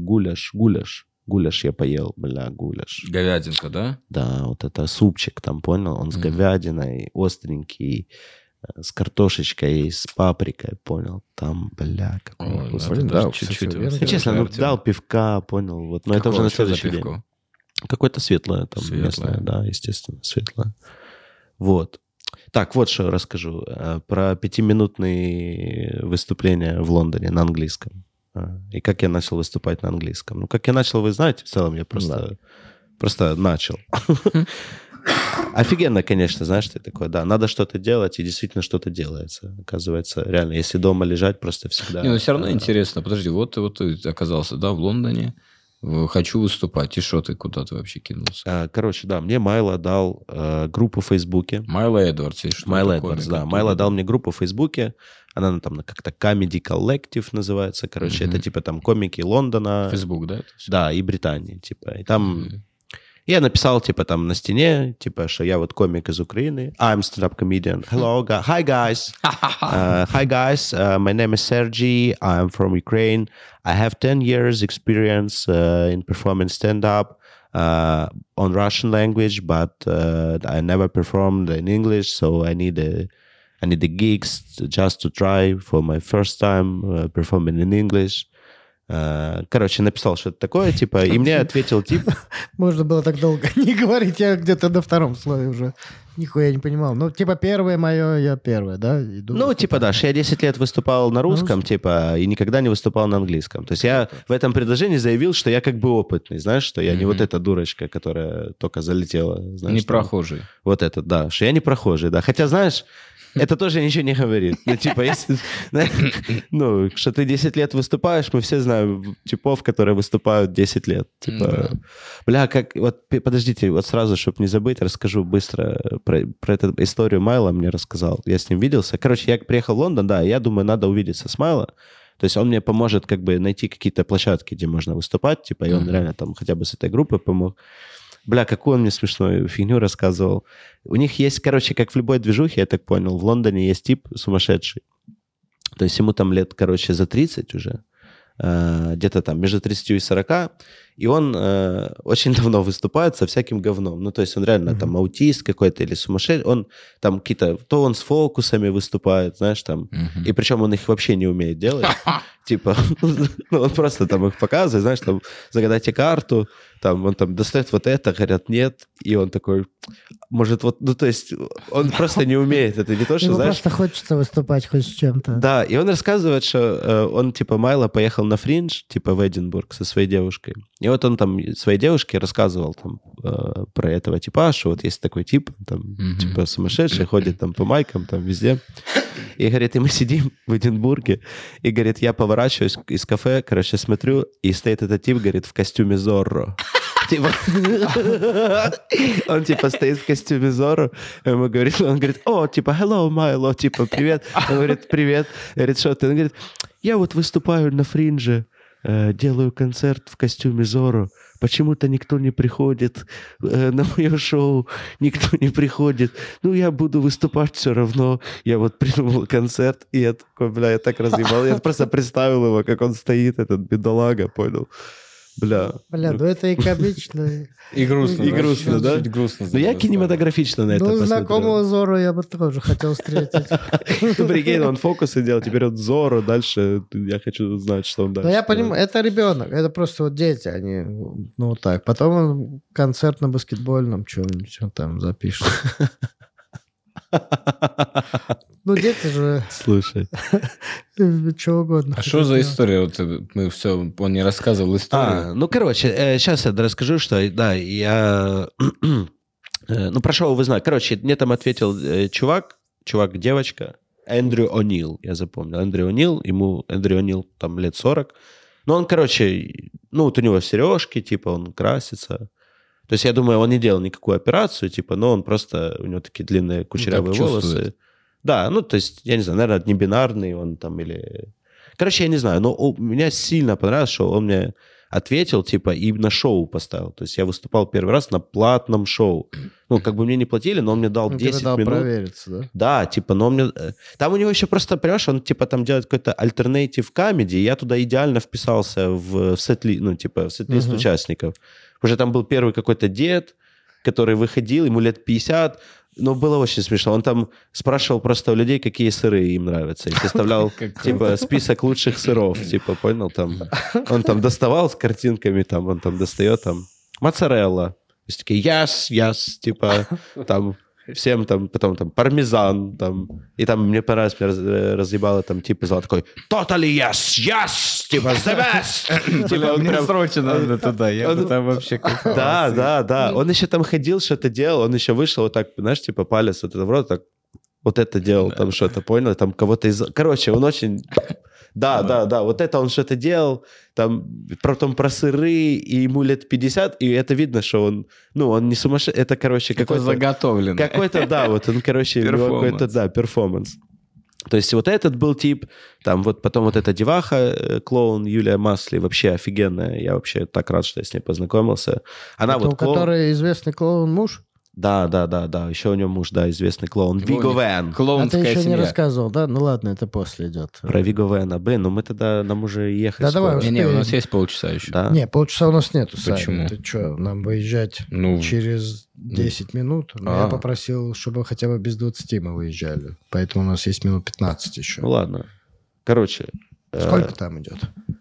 я поел, гуляш. Говядинка, да? Да, вот это супчик там, понял? Он с говядиной, остренький, с картошечкой, с паприкой, понял? Там, какой вкусный. Да, чуть-чуть. Честно, дал пивка, понял? Вот, но это уже на следующий день. Какое-то светлое там, местное, да, естественно, светлое. Вот. Так, вот что расскажу. Про 5-минутные выступления в Лондоне на английском. И как я начал выступать на английском. Ну, как я начал, вы знаете, в целом я просто начал. Офигенно, конечно, знаешь, ты такой, да, надо что-то делать, и действительно что-то делается. Оказывается, реально, если дома лежать, просто всегда... Не, но все равно интересно. Подожди, вот ты оказался, да, в Лондоне, хочу выступать, и что ты, куда ты вообще кинулся? Короче, да, мне Майло дал группу в Фейсбуке. Майло Эдвардс, Майло Эдвардс, да. Майло дал мне группу в Фейсбуке, она там как-то Comedy Collective называется, короче, это типа там комики Лондона. Фейсбук, да? Да, и Британии, типа, и там... Я написал, типа, там на стене, типа, что я вот комик из Украины. I'm stand-up comedian. Hello, hi guys. Hi guys, my name is Sergey. I'm from Ukraine. I have 10 years experience in performing stand-up on Russian language, but I never performed in English, so I need the gigs just to try for my first time performing in English. Короче, написал что-то такое, типа, и мне ответил тип... Можно было так долго не говорить, я где-то на втором слове уже нихуя не понимал. Ну, типа, первое мое, я первое, да? Иду ну, типа, да, я 10 лет выступал на русском, типа, и никогда не выступал на английском. То есть я в этом предложении заявил, что я как бы опытный, знаешь, что я не вот эта дурочка, которая только залетела. Знаешь, не прохожий. Вот это, да, что я не прохожий, да. Хотя, знаешь... это тоже ничего не говорит. Ну, типа, если... Ну, что ты 10 лет выступаешь, мы все знаем типов, которые выступают 10 лет. Типа, бля, как... Вот, подождите, вот сразу, чтобы не забыть, расскажу быстро про эту историю. Майла мне рассказал. Я с ним виделся. Короче, я приехал в Лондон, да, я думаю, надо увидеться с Майло. То есть он мне поможет как бы найти какие-то площадки, где можно выступать, типа, и он реально там хотя бы с этой группой помог. Бля, какую он мне смешную фигню рассказывал. У них есть, короче, как в любой движухе, я так понял, в Лондоне есть тип сумасшедший. То есть ему там лет, короче, за 30 уже, где-то там между 30 и 40, и он очень давно выступает со всяким говном. Ну, то есть он реально там аутист какой-то или сумасшедший. Он там какие-то... То он с фокусами выступает, знаешь, там. И причем он их вообще не умеет делать. Типа, ну, он просто там их показывает, знаешь, там, загадайте карту, там, он там достает вот это, говорят, нет, и он такой, может, вот, ну, то есть, он просто не умеет, это не то, что, ему знаешь... просто хочется выступать хоть с чем-то. Да, и он рассказывает, что он, типа, Майло поехал на фриндж, типа, в Эдинбург со своей девушкой, и вот он там своей девушке рассказывал там про этого типа, что вот есть такой тип, там, типа, сумасшедший, ходит там по майкам, там, везде. И, говорит, и мы сидим в Эдинбурге, и, говорит, я поворачиваюсь из кафе, короче, смотрю, и стоит этот тип, говорит, в костюме Зорро. Типа, он, типа, стоит в костюме Зорро, ему говорит, он говорит, о, типа, hello, Майло, типа, привет. Он говорит, привет. Говорит, что ты? Он говорит, я вот выступаю на фриндже, делаю концерт в костюме Зорро. Почему-то никто не приходит на мое шоу, никто не приходит. Ну, я буду выступать все равно. Я вот придумал концерт, и я такой, бля, я так разъебал. Я просто представил его, как он стоит, этот бедолага, понял? Бля, ну это и комично. И грустно. И грустно, да? Чуть грустно. Но я кинематографично на это посмотрел. Знакомого Зорро я бы тоже хотел встретить. Ну, прикинь, он фокусы делал, теперь он Зорро, дальше я хочу знать, что он дальше. Но я понимаю, это ребенок, это просто вот дети, они, ну, вот так. Потом он концерт на баскетбольном чем-нибудь он там запишет. Ну, дети же... Слушай. Чего угодно. А что за история? Вот мы все, он не рассказывал историю. Ну, короче, сейчас я расскажу, что, да, я... Ну, про шоу вы знаете. Короче, мне там ответил чувак-девочка, Эндрю О'Нил, я запомнил. Эндрю О'Нил там лет 40. Ну, он, короче, ну, вот у него сережки, типа, он красится. То есть, я думаю, он не делал никакую операцию, типа, но он просто, у него такие длинные кучерявые волосы. Да, ну, то есть, я не знаю, наверное, не бинарный он там или... Короче, я не знаю, но мне сильно понравилось, что он мне ответил, типа, и на шоу поставил. То есть, я выступал первый раз на платном шоу. Ну, как бы мне не платили, но он мне дал 10 минут. Провериться, да? Да, типа, но он мне... Там у него еще просто, понимаешь, он, типа, там делает какой-то альтернатив комедий, и я туда идеально вписался в сет-лист, ну, типа, в сет-лист участников. Уже там был первый какой-то дед, который выходил, ему лет 50, но было очень смешно. Он там спрашивал просто у людей, какие сыры им нравятся, и составлял, типа, список лучших сыров, типа, понял, там. Он там доставал с картинками, там, он там достает, там, моцарелла. То есть такие, yes, типа, там, всем там, потом там, пармезан, там, и там мне понравилось, мне разъебало, там, типа, зал такой, totally yes, типа, the best. Типа, Мне срочно надо туда, я бы там вообще кайфовал. Да. Он еще там ходил, что-то делал, он еще вышел вот так, знаешь, типа, палец вот это в рот, так, вот это делал, там что-то, понял, там кого-то из... Короче, он очень... Да, вот это он что-то делал, там, потом про сыры, и ему лет 50, и это видно, что он, ну, он не сумасшедший, это, короче, какой-то... заготовлено. Какой-то, да, вот он, короче, какой-то, да, перформанс. То есть вот этот был тип, там вот потом вот эта деваха, клоун Юлия Масли, вообще офигенная, я вообще так рад, что я с ней познакомился. Она это вот клоун... который известный клоун-муж? Да, еще у него муж, да, известный клоун. Виго Вен. Клоунская семья. А ты еще семья. не рассказывал, да? Ну ладно, это после идет. Про Виго Вена. Блин, ну мы тогда, нам уже ехать Да скоро. давай, Не, у нас есть полчаса еще. Да? Не, полчаса у нас нету. Почему? Ты что, нам выезжать через 10 минут? Но я попросил, чтобы хотя бы без 20 мы выезжали. Поэтому у нас есть минут 15 еще. Ну ладно. Короче. Сколько там идет?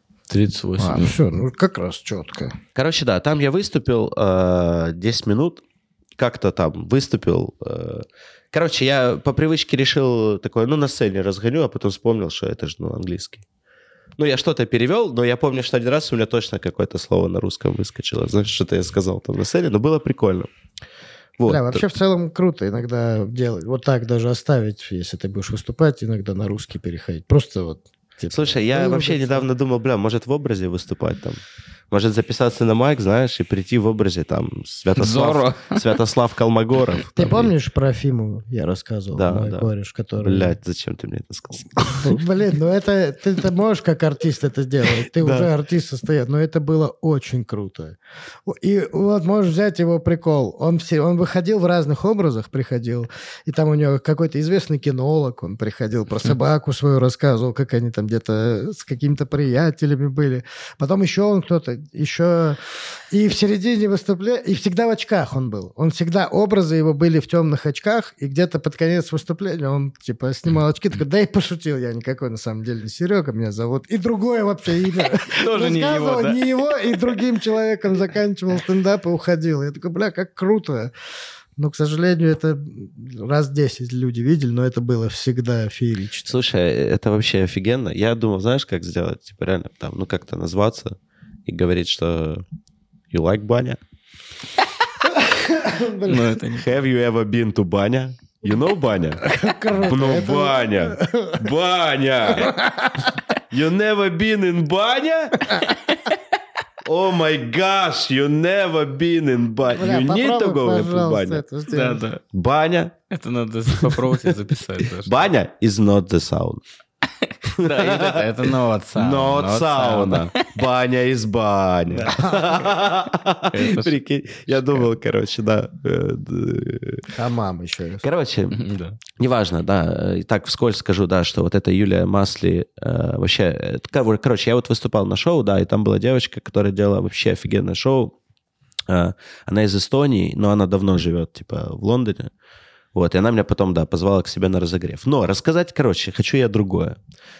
38. Все, ну как раз четко. Короче, да, там я выступил 10 минут. Как-то там выступил. Короче, я по привычке решил такое, ну, на сцене разгоню, а потом вспомнил, что это же, ну, английский. Ну, я что-то перевел, но я помню, что один раз у меня точно какое-то слово на русском выскочило. Знаешь, что-то я сказал там на сцене, но было прикольно. Вот. Бля, вообще в целом круто иногда делать. Вот так даже оставить, если ты будешь выступать, иногда на русский переходить. Просто вот... Типа, Слушай, я вообще недавно думал, может в образе выступать там. Может записаться на майк, знаешь, и прийти в образе там Святослав Колмогоров. Ты помнишь про Фиму я рассказывал? Да, мой да. кореш, который... Блядь, зачем ты мне это сказал? Блин, ну это... Ты можешь как артист это сделать. Ты уже артист состоит. Но это было очень круто. И вот можешь взять его прикол. Он выходил в разных образах, приходил. И там у него какой-то известный кинолог, он приходил, про собаку свою рассказывал, как они там где-то с какими-то приятелями были. Потом еще он кто-то, еще... И в середине выступления... И всегда в очках он был. Он всегда... Образы его были в темных очках, и где-то под конец выступления он, типа, снимал очки, такой, да и пошутил я, никакой на самом деле не Серега меня зовут. И другое вообще имя. Тоже не его, да? Не его, и другим человеком заканчивал стендап и уходил. Я такой, бля, как круто. Но, к сожалению, это раз 10 люди видели, но это было всегда феерично. Слушай, это вообще офигенно. Я думал, знаешь, как сделать? Типа реально там, ну, как-то назваться и говорить, что you like баня? Ну, это не... Have you ever been to баня? You know баня? Ну, баня! Баня! You never been in баня? Oh my gosh, you never been in баня. You need to go into баня. Да. Баня. Это надо попробовать записать. Баня is not the sauna. Да, это not sauna. Not sauna. Баня из баня. Прикинь, я думал, короче, да. Хамам еще. Короче, неважно, да. И так вскользь скажу, да, что вот эта Юлия Масли вообще... Короче, я вот выступал на шоу, да, и там была девочка, которая делала вообще офигенное шоу. Она из Эстонии, но она давно живет, типа, в Лондоне. Вот, и она меня потом, да, позвала к себе на разогрев. Но рассказать, короче, хочу я другое.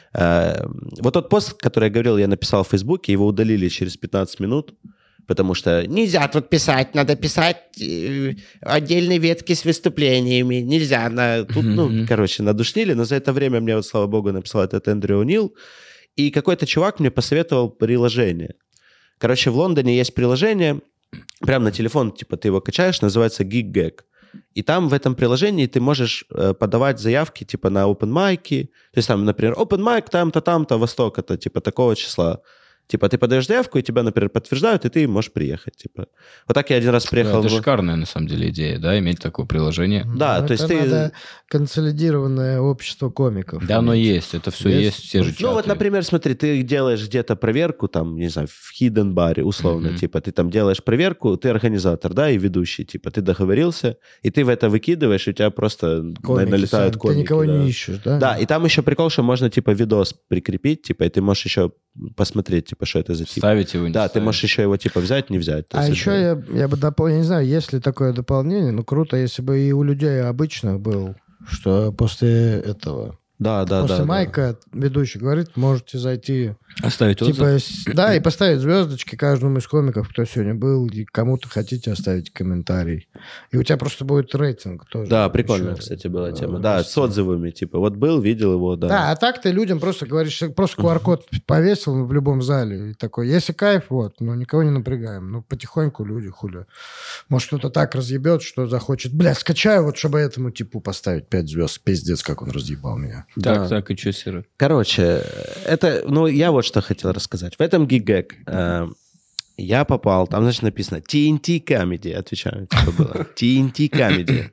Вот тот пост, который я говорил, я написал в Фейсбуке, его удалили через 15 минут, потому что нельзя тут писать, надо писать отдельные ветки с выступлениями, нельзя. Тут, ну, короче, надушнили, но за это время мне, вот, слава богу, написал этот Эндрю О'Нил, и какой-то чувак мне посоветовал приложение. Короче, в Лондоне есть приложение, прямо на телефон, типа, ты его качаешь, называется GigGag. И там в этом приложении ты можешь подавать заявки типа на open-майки. То есть там, например, open-майк там-то, Восток-то, типа такого числа. Типа ты подаешь заявку, и тебя, например, подтверждают, и ты можешь приехать. Типа. Вот так я один раз приехал... Это шикарная, на самом деле, идея, да, иметь такое приложение. Да, ну, то есть ты... Надо консолидированное общество комиков. Да, оно есть, это все есть, все же чаты. Ну вот, например, смотри, ты делаешь где-то проверку, там, не знаю, в hidden баре, условно, типа, ты там делаешь проверку, ты организатор, да, и ведущий, типа, ты договорился, и ты в это выкидываешь, и у тебя просто налетают комики. Ты никого да. не ищешь, да? Да, и там еще прикол, что можно, типа, видос прикрепить, типа, и ты можешь еще посмотреть, типа, что это за тип. Ставить его, не Да, ставить. ты можешь еще его, типа, взять, не взять. А еще я бы дополнил, я не знаю, есть ли такое дополнение, но круто, если бы и у людей обычных был, что после этого... Да. После майка ведущий говорит, можете зайти... Оставить отзыв? Типа, да, и поставить звездочки каждому из комиков, кто сегодня был, и кому-то хотите оставить комментарий. И у тебя просто будет рейтинг тоже. Да, прикольная, еще, кстати, была тема. Да, с отзывами, типа, вот был, видел его, да. Да, а так ты людям просто говоришь, просто QR-код повесил в любом зале, и такой, если кайф, вот, но никого не напрягаем. Ну, потихоньку люди, хули. Может, кто-то так разъебет, что захочет, бля, скачаю, вот, чтобы этому типу поставить 5 звезд. Пиздец, как он разъебал меня. Так, и что, Серый? Короче, это, ну, я вот что хотел рассказать. В этом GigGag я попал, там, значит, написано TNT Comedy, отвечаю, типа было. TNT Comedy.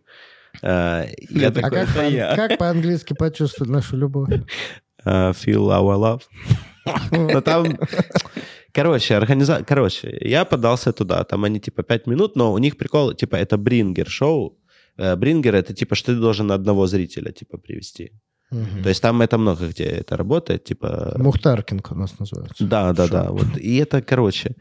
Я такой, Как по-английски почувствовать нашу любовь? Feel our love. Но там... Короче, я подался туда, там они, типа, 5 минут, но у них прикол, типа, это брингер-шоу. Брингер — это, типа, что ты должен одного зрителя, типа, привести. То есть там это много где это работает, типа... Мухтаркинг у нас называется. Да. Вот. И это, короче,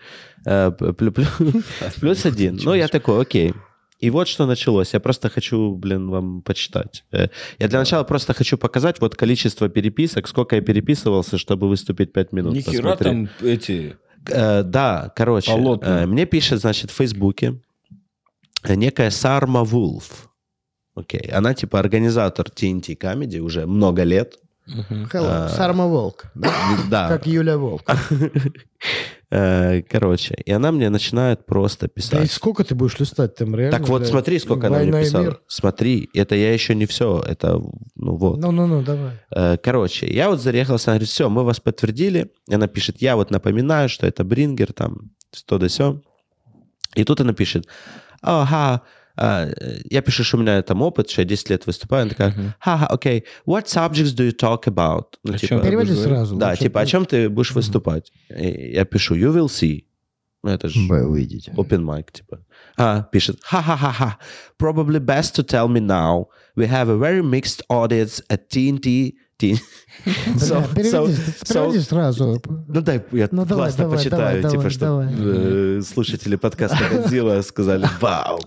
плюс один. Ну, я такой, окей. И вот что началось. Я просто хочу, вам почитать. Я для начала просто хочу показать вот количество переписок, сколько я переписывался, чтобы выступить 5 минут. Нихера там эти... Да, короче. Мне пишет, значит, в Фейсбуке некая Сарма Вулф. Окей. Она, типа, организатор TNT Comedy уже много лет. Сарма Волк. Да? Да. Как Юля Волк. Короче, и она мне начинает просто Да и писать. сколько ты будешь листать там реально? Так вот, блядь? смотри, сколько она мне «Война и писала. мир». Смотри, это я еще не все. Это, ну вот. Ну, давай. Короче, я вот заехался, она говорит, все, мы вас подтвердили. И она пишет, я вот напоминаю, что это Брингер, там, то да сё. И тут она пишет, ага, я пишу, что у меня там опыт, что я 10 лет выступаю. Она такая, ха-ха, окей, what subjects do you talk about? Ну, О типа, чем ты Переводи будешь говорить? сразу. да, лучше. типа, о чем ты будешь выступать? И я пишу, you will see. Ну, это же Вы увидите. open mic, типа. Пишет, ха-ха-ха-ха, probably best to tell me now. We have a very mixed audience at TNT. Бля, переведи сразу. Ну дай, я Ну, давай, классно давай, почитаю, давай, типа, чтобы слушатели подкаста «Годзилла» сказали «Вау!».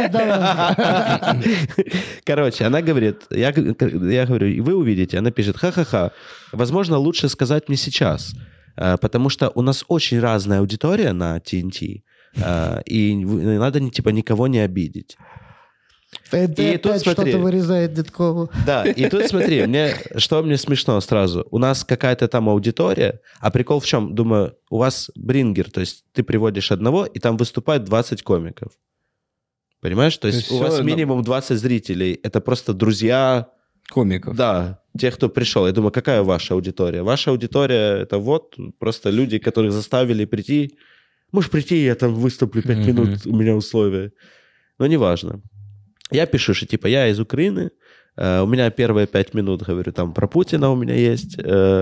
Короче, она говорит, я говорю, вы увидите, она пишет «Ха-ха-ха, возможно, лучше сказать мне сейчас, потому что у нас очень разная аудитория на TNT, и надо, типа, никого не обидеть». Это И тут опять смотри. что-то вырезает Дедкову. Да, и тут смотри, что мне смешно сразу. У нас какая-то там аудитория, а прикол в чем? Думаю, у вас Брингер, то есть ты приводишь одного, и там выступает 20 комиков. Понимаешь? То есть у всё, вас минимум 20 зрителей. Это просто друзья, Комиков. да, тех, кто пришел. Я думаю, какая ваша аудитория? Ваша аудитория — это вот просто люди, которых заставили прийти. Можешь прийти, я там выступлю 5 минут, у меня условия. Но неважно. Я пишу, что типа я из Украины, у меня первые 5 минут, говорю, там про Путина у меня есть,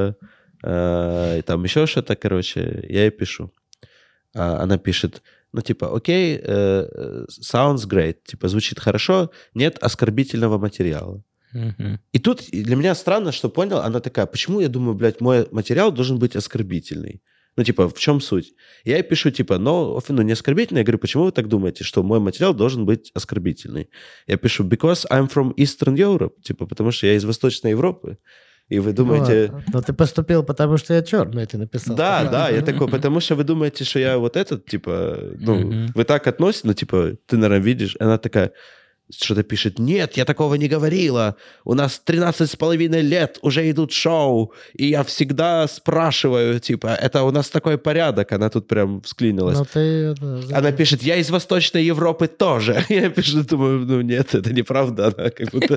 и там еще что-то, короче, я ей пишу. Она пишет, ну типа, окей, sounds great, типа звучит хорошо, нет оскорбительного материала. И тут для меня странно, что понял, она такая, почему я думаю, блядь, мой материал должен быть оскорбительный? Ну, типа, в чем суть? Я ей пишу, типа, ну, не оскорбительный. Я говорю, почему вы так думаете, что мой материал должен быть оскорбительный? Я пишу, because I'm from Eastern Europe. Типа, потому что я из Восточной Европы. И вы думаете... Но ты поступил, потому что я черный, ты написал. Да, я такой, потому что вы думаете, что я вот этот, типа, ну, вы так относитесь, ну, типа, ты, наверное, видишь. Она такая... Что-то пишет, нет, я такого не говорила. У нас 13,5 лет уже идут шоу, и я всегда спрашиваю, типа, это у нас такой порядок. Она тут прям всклинилась. Она пишет, я из Восточной Европы тоже. Я пишу, думаю, ну нет, это неправда. Она как будто,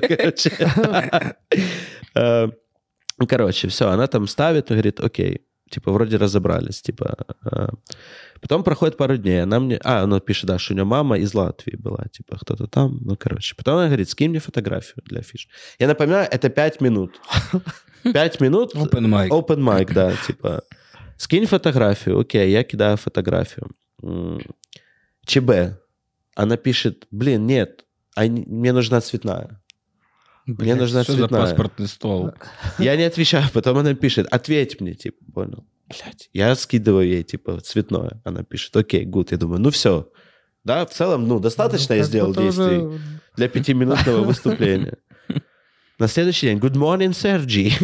короче, все, она там ставит и говорит, окей, типа, вроде разобрались, типа... Потом проходит пару дней, она мне... она пишет, да, что у нее мама из Латвии была, типа, кто-то там, ну, короче. Потом она говорит, скинь мне фотографию для афиш. Я напоминаю, это 5 минут. 5 минут... Open mic. Open mic, да, типа. Скинь фотографию, окей, я кидаю фотографию. ЧБ. Она пишет, блин, нет, мне нужна цветная. Мне нужна что цветная. за паспортный стол? Я не отвечаю, потом она пишет, ответь мне, типа, понял. Блядь. Я скидываю ей, типа, цветное. Она пишет, окей, гуд. Я думаю, ну все. Да, в целом, ну, достаточно я сделал действий для 5-минутного выступления. На следующий день, good morning, Sergi.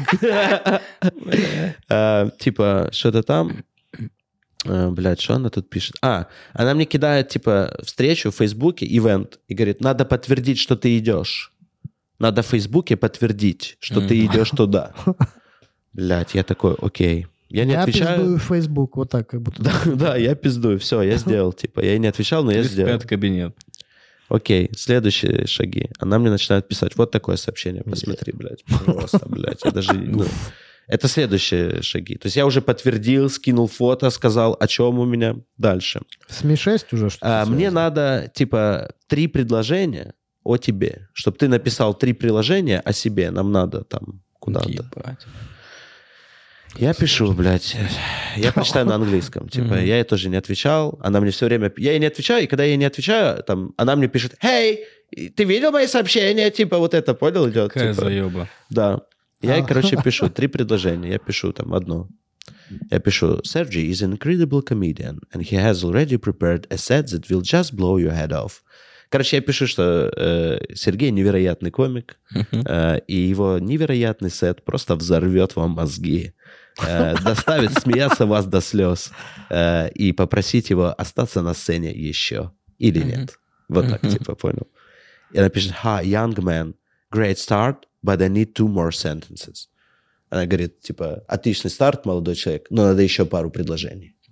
Типа, что-то там. Блядь, что она тут пишет? Она мне кидает, типа, встречу в Фейсбуке, ивент, и говорит, надо подтвердить, что ты идешь. Надо в Фейсбуке подтвердить, что ты идешь туда. Блядь, я такой, окей. Я не отвечаю. Я пиздую в Facebook, вот так как будто. Да, я пиздую. Все, я сделал. Типа, я не отвечал, но я сделал. 35-й кабинет. Окей, следующие шаги. Она мне начинает писать. Вот такое сообщение, посмотри, блядь. Просто, блядь. Я даже... Это следующие шаги. То есть я уже подтвердил, скинул фото, сказал, о чем у меня дальше. С Ми-6 уже что-то? Мне надо, типа, 3 предложения о тебе. Чтобы ты написал 3 приложения о себе. Нам надо там куда-то. Ебать. Я пишу, блядь. Я почитаю на английском. Типа, я ей тоже не отвечал. Она мне все время... Я ей не отвечаю, и когда я ей не отвечаю, там, она мне пишет, «Hey, ты видел мои сообщения?» Типа, вот это, понял, идет? Какая типа, заеба. Да. Я ей, короче, пишу 3 предложения. Я пишу там одно. Я пишу, «Sergi is an incredible comedian, and he has already prepared a set that will just blow your head off». Короче, я пишу, что Сергей невероятный комик, и его невероятный сет просто взорвет вам мозги. Доставит смеяться вас до слез и попросить его остаться на сцене еще или нет. Вот так, типа, понял. И она пишет, young man, great start, but I need 2 more sentences. Она говорит, типа, отличный старт, молодой человек, но надо еще пару предложений.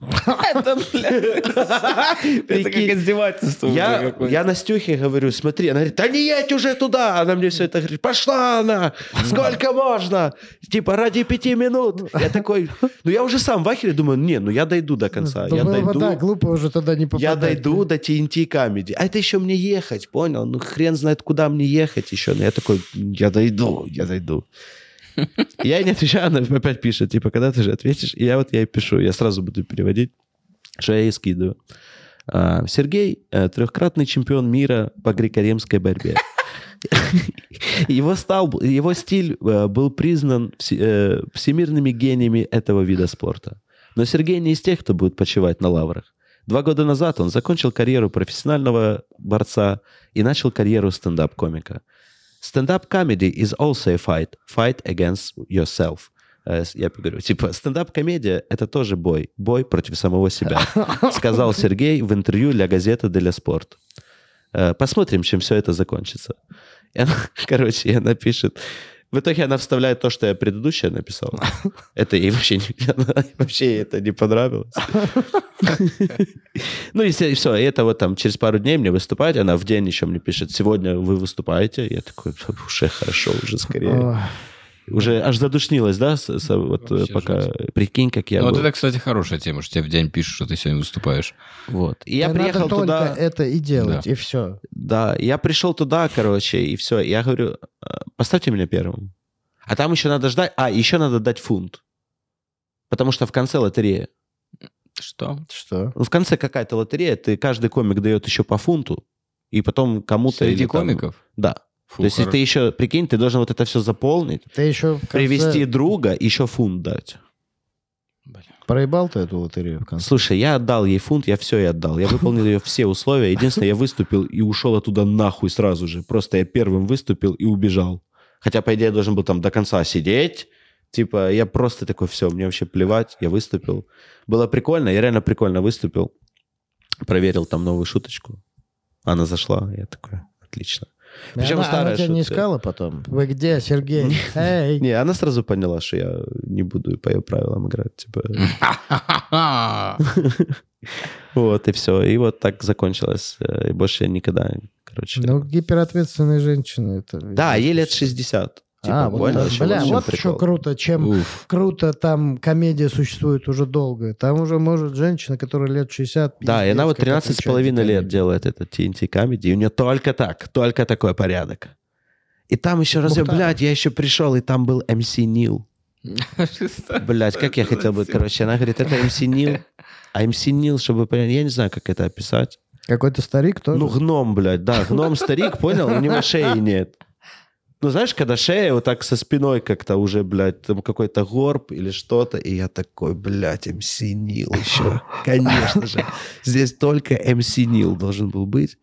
Это, блядь, это как издевательство. Я Настюхе говорю, смотри, она говорит, да не едь уже туда. Она мне все это говорит, пошла она, сколько можно? Типа ради 5 минут. Я такой, я уже сам в ахере думаю, я дойду до конца. Я дойду. Да, глупо уже туда не попадать. Я дойду до TNT Comedy. А это еще мне ехать, понял? Хрен знает, куда мне ехать еще. Но я такой, я дойду. Я не отвечаю, она опять пишет, типа, когда ты же ответишь? И я ей пишу, я сразу буду переводить, что я ей скидываю. Сергей, 3-кратный чемпион мира по греко-римской борьбе. Его стиль был признан всемирными гениями этого вида спорта. Но Сергей не из тех, кто будет почивать на лаврах. 2 года назад он закончил карьеру профессионального борца и начал карьеру стендап-комика. Stand-up comedy is also a fight. Fight against yourself. Я говорю, типа, стендап-комедия — это тоже бой. Бой против самого себя. Сказал Сергей в интервью для газеты «Для спорт». Посмотрим, чем все это закончится. И она пишет... В итоге она вставляет то, что я предыдущее написал. Это ей вообще это не понравилось. Ну, и все. И это вот там через пару дней мне выступать. Она в день еще мне пишет, сегодня вы выступаете. Я такой, уже хорошо, уже скорее. Уже аж задушнилась, да? Вот пока... Прикинь, как я был. Вот это, кстати, хорошая тема, что тебе в день пишут, что ты сегодня выступаешь. Вот. И я приехал туда... Надо только это и делать, и все. Да, я пришел туда, короче, и все. Я говорю, поставьте меня первым. А там еще надо ждать... еще надо дать фунт. Потому что в конце лотерея. Что? В конце какая-то лотерея, каждый комик дает еще по фунту, и потом кому-то... Среди комиков? Да. То есть, ты еще, прикинь, ты должен вот это все заполнить, ты еще привести друга, еще фунт дать. Проебал ты эту лотерею в конце? Слушай, я отдал ей фунт, я все ей отдал. Я выполнил ее все условия. Единственное, я выступил и ушел оттуда нахуй сразу же. Просто я первым выступил и убежал. Хотя, по идее, я должен был там до конца сидеть. Типа, я просто такой, все, мне вообще плевать, я выступил. Было прикольно, я реально прикольно выступил. Проверил там новую шуточку. Она зашла, я такой, отлично. Причем она тебя не искала потом? Вы где, Сергей? Эй! Не, она сразу поняла, что я не буду по ее правилам играть. Типа. Вот, и все. И вот так закончилось. И больше я никогда, короче... Ну, гиперответственные женщины. Это... Да, ей лет 60. Типа, вот что круто, чем круто там комедия существует уже долго. Там уже может женщина, которая лет 60... Да, и она вот 13,5 лет делает этот TNT Comedy, и у нее только такой порядок. И там еще блядь, я еще пришел, и там был MC Нил. Блядь, как я хотел бы, короче, она говорит, это MC Нил, а MC Нил, чтобы понять, я не знаю, как это описать. Какой-то старик тоже? Ну, гном, блядь, да, гном-старик, понял, у него шеи нет. Ну, знаешь, когда шея вот так со спиной как-то уже, блядь, там какой-то горб или что-то, и я такой, блядь, МС Нил еще. Конечно же. Здесь только МС Нил должен был быть.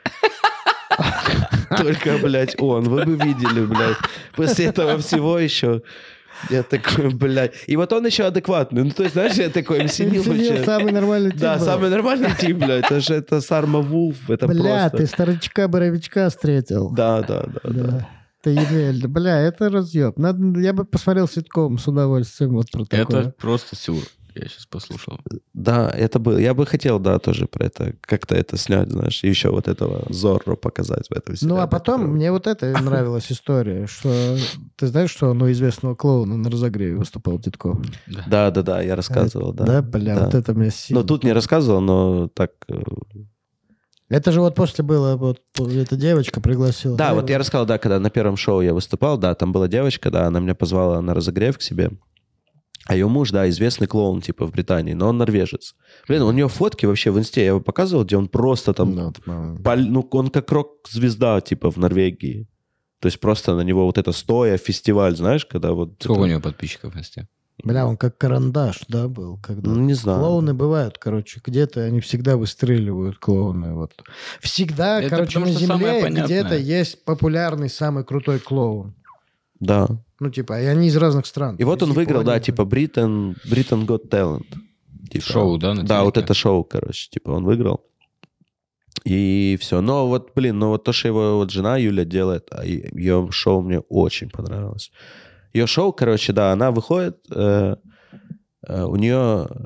Только, блядь, он. Вы бы видели, блядь. После этого всего еще... Я такой, блядь. И вот он еще адекватный. Ну, то есть, знаешь, я такой МС Нил вообще... самый нормальный тип. Да, самый нормальный тип, блядь. Это Сарма Вулф. Это бля, просто... ты старичка-боровичка встретил. Да. Ты Емель. Бля, это разъеб. Я бы посмотрел ситком с удовольствием вот про такое. Это просто сюр. Я сейчас послушал. Да, это было. Я бы хотел, да, тоже про это, как-то это снять, знаешь, и еще вот этого Зорро показать в этом сериале. Ну, а потом мне вот это нравилась история, что ты знаешь, что у известного клоуна на разогреве выступал Титков? Да, я рассказывал, да. Да, бля, вот это мне сильно. Ну, тут не рассказывал, но так... Это же вот после было, вот эта девочка пригласила. Да, вот я рассказал, да, когда на первом шоу я выступал, да, там была девочка, да, она меня позвала на разогрев к себе. А ее муж, да, известный клоун, типа, в Британии, но он норвежец. Блин, у нее фотки вообще в инсте, я его показывал, где он просто там... Ну, он как рок-звезда, типа, в Норвегии. То есть просто на него вот это стоя фестиваль, знаешь, когда вот... Сколько у него подписчиков в инсте? Бля, он как карандаш, да, был? Когда... Ну, не знаю. Клоуны бывают, короче, где-то они всегда выстреливают, клоуны. Вот. Всегда, это короче, на Земле где-то есть популярный самый крутой клоун. Да. Ну, типа, и они из разных стран. И вот он выиграл, да, типа, Britain Got Talent. Типа, шоу, да? Да, вот это шоу, короче, типа, он выиграл. И все. Но вот, блин, ну вот то, что его вот жена Юля делает, ее шоу мне очень понравилось. Ее шоу, короче, да, она выходит, у нее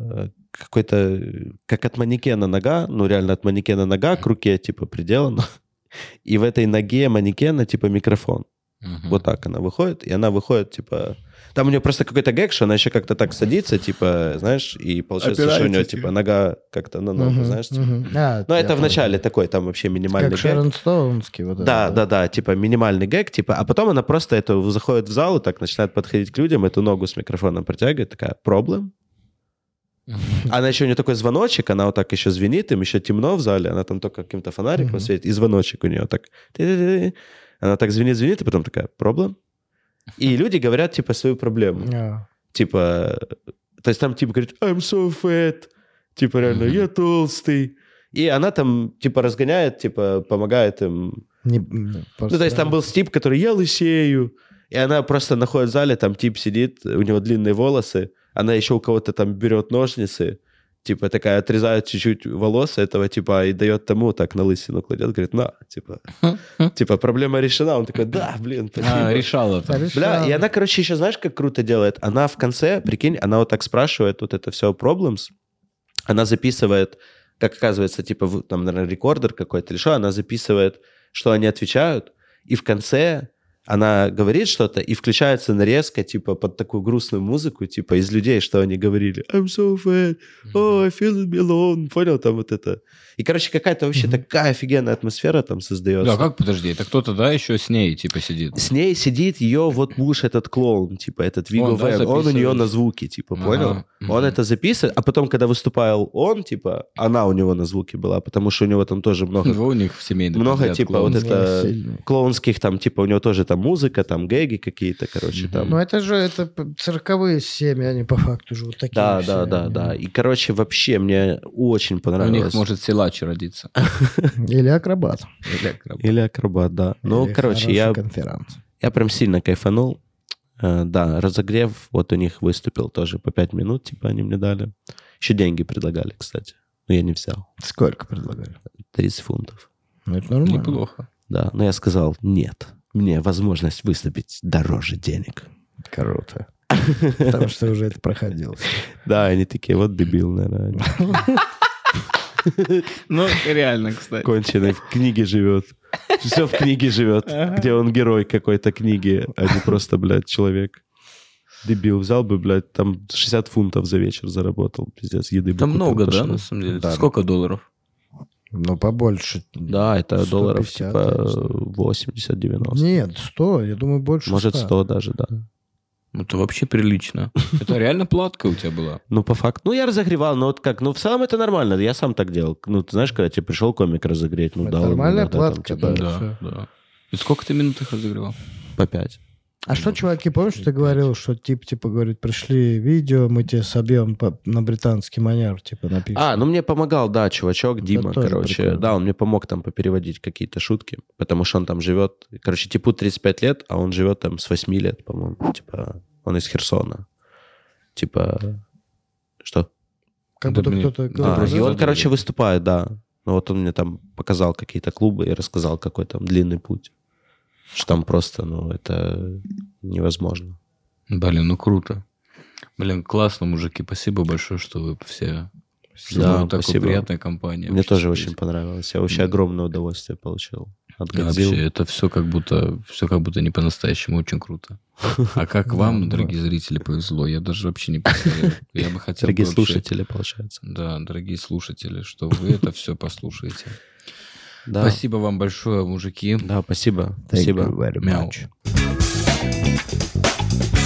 какой-то, как от манекена нога, ну, реально от манекена нога к руке, типа, приделана. И в этой ноге манекена, типа, микрофон. Вот так она выходит, и она выходит, типа... Там у нее просто какой-то гэг, что она еще как-то так садится, типа, знаешь, и получается, что у нее, типа, нога как-то на ногу, знаешь, типа. Но это в начале такой, там вообще минимальный как гэг. Шерон Стоунский. Вот да, типа, минимальный гэг, типа, а потом она просто это заходит в зал и так начинает подходить к людям, эту ногу с микрофоном протягивает, такая, проблем? Она еще у нее такой звоночек, она вот так еще звенит, им еще темно в зале, она там только каким-то фонариком светит, и звоночек у нее так... Она так звенит, и потом такая, проблем? И люди говорят, типа, свою проблему. Типа, то есть там, типа, говорит, I'm so fat. Типа, реально, я толстый. И она там, типа, разгоняет, типа, помогает им. Ну, то есть там был тип, который, я лысею. И она просто находит в зале, там тип сидит, у него длинные волосы. Она еще у кого-то там берет ножницы. Типа, такая, отрезает чуть-чуть волос этого, типа, и дает тому, так на лысину кладет, говорит, на, типа, проблема решена. Он такой, да, блин, спасибо. Решала это. Бля, и она, короче, еще знаешь, как круто делает? Она в конце, прикинь, она вот так спрашивает вот это все problems, она записывает, как оказывается, типа, там, наверное, рекордер какой-то или что, она записывает, что они отвечают, и в конце... Она говорит что-то, и включается нарезка, типа, под такую грустную музыку, типа, из людей, что они говорили. I'm so fat, oh, I feel alone. Понял, там вот это. И, короче, какая-то вообще такая офигенная атмосфера там создается. Да, как, подожди, это кто-то, да, еще с ней, типа, сидит? С ней сидит ее вот муж, этот клоун, типа, этот Виго Вен, он у нее на звуке, типа, понял? Он это записывает, а потом, когда выступал он, типа, она у него на звуке была, потому что у него там тоже много... У них в семейном много, типа, вот это клоунских, там, типа, у него тоже там музыка, там гэги какие-то, короче, там. Ну, это же цирковые семьи, они по факту же вот такие. Да. И, короче, вообще мне очень понравилось. У них может силач родиться. Или акробат. Или акробат, да. Ну, короче, я прям сильно кайфанул. Да, разогрев, вот у них выступил тоже по 5 минут, типа, они мне дали. Еще деньги предлагали, кстати. Но я не взял. Сколько предлагали? 30 фунтов. Ну, это нормально. Неплохо. Да, но я сказал, нет. Мне возможность выступить дороже денег. Круто. Потому что уже это проходило. Да, они такие, вот дебил, наверное. Ну, реально, кстати. Конченый, в книге живет. Все в книге живет, где он герой какой-то книги, а не просто, блядь, человек. Дебил. Взял бы, блядь, там 60 фунтов за вечер заработал. Пиздец, еды бы там купил, много, пошел. да, на самом деле? Да. Сколько долларов? Ну, побольше. Да, это 150, долларов типа конечно. 80-90. Нет, 100, я думаю, больше 100. Может, 100 даже, да. Ну, это вообще прилично. Это реально платка у тебя была? Ну, по факту. Ну, я разогревал, но вот как, ну, в целом это нормально. Я сам так делал. Ну, ты знаешь, когда тебе пришел комик разогреть, ну, Это дал ему нормальная иногда, платка, там, типа, да. Да. И сколько ты минут их разогревал? по 5. А что, чуваки, помнишь, ты говорил, что типа, говорит, пришли видео, мы тебе собьем на британский манер, типа, напишем. А, ну мне помогал, да, чувачок Дима, тоже короче. прикольно. Да, он мне помог там попереводить какие-то шутки, потому что он там живет... Короче, типу 35 лет, а он живет там с 8 лет, по-моему. Типа, он из Херсона. Типа... Что? Как будто мне- кто-то... Да, А, просто и он, задали. короче, выступает, да. Ну вот он мне там показал какие-то клубы и рассказал, какой там длинный путь. Что там просто, ну, это невозможно. Блин, ну круто. Блин, классно, мужики. Спасибо большое, что вы все... Да, Ну, такой спасибо. приятная компания. Мне вообще тоже сидеть. очень понравилось. Я вообще огромное удовольствие получил от Да, Годзиллы. вообще, это все как будто не по-настоящему очень круто. А как вам, дорогие зрители, повезло? Я даже вообще не представляю. Я бы хотел Дорогие бы вообще- слушатели, получается. Да, дорогие слушатели, что вы это все послушаете. Да. Спасибо вам большое, мужики. Да, спасибо. Thank Спасибо. you very Мяу. much.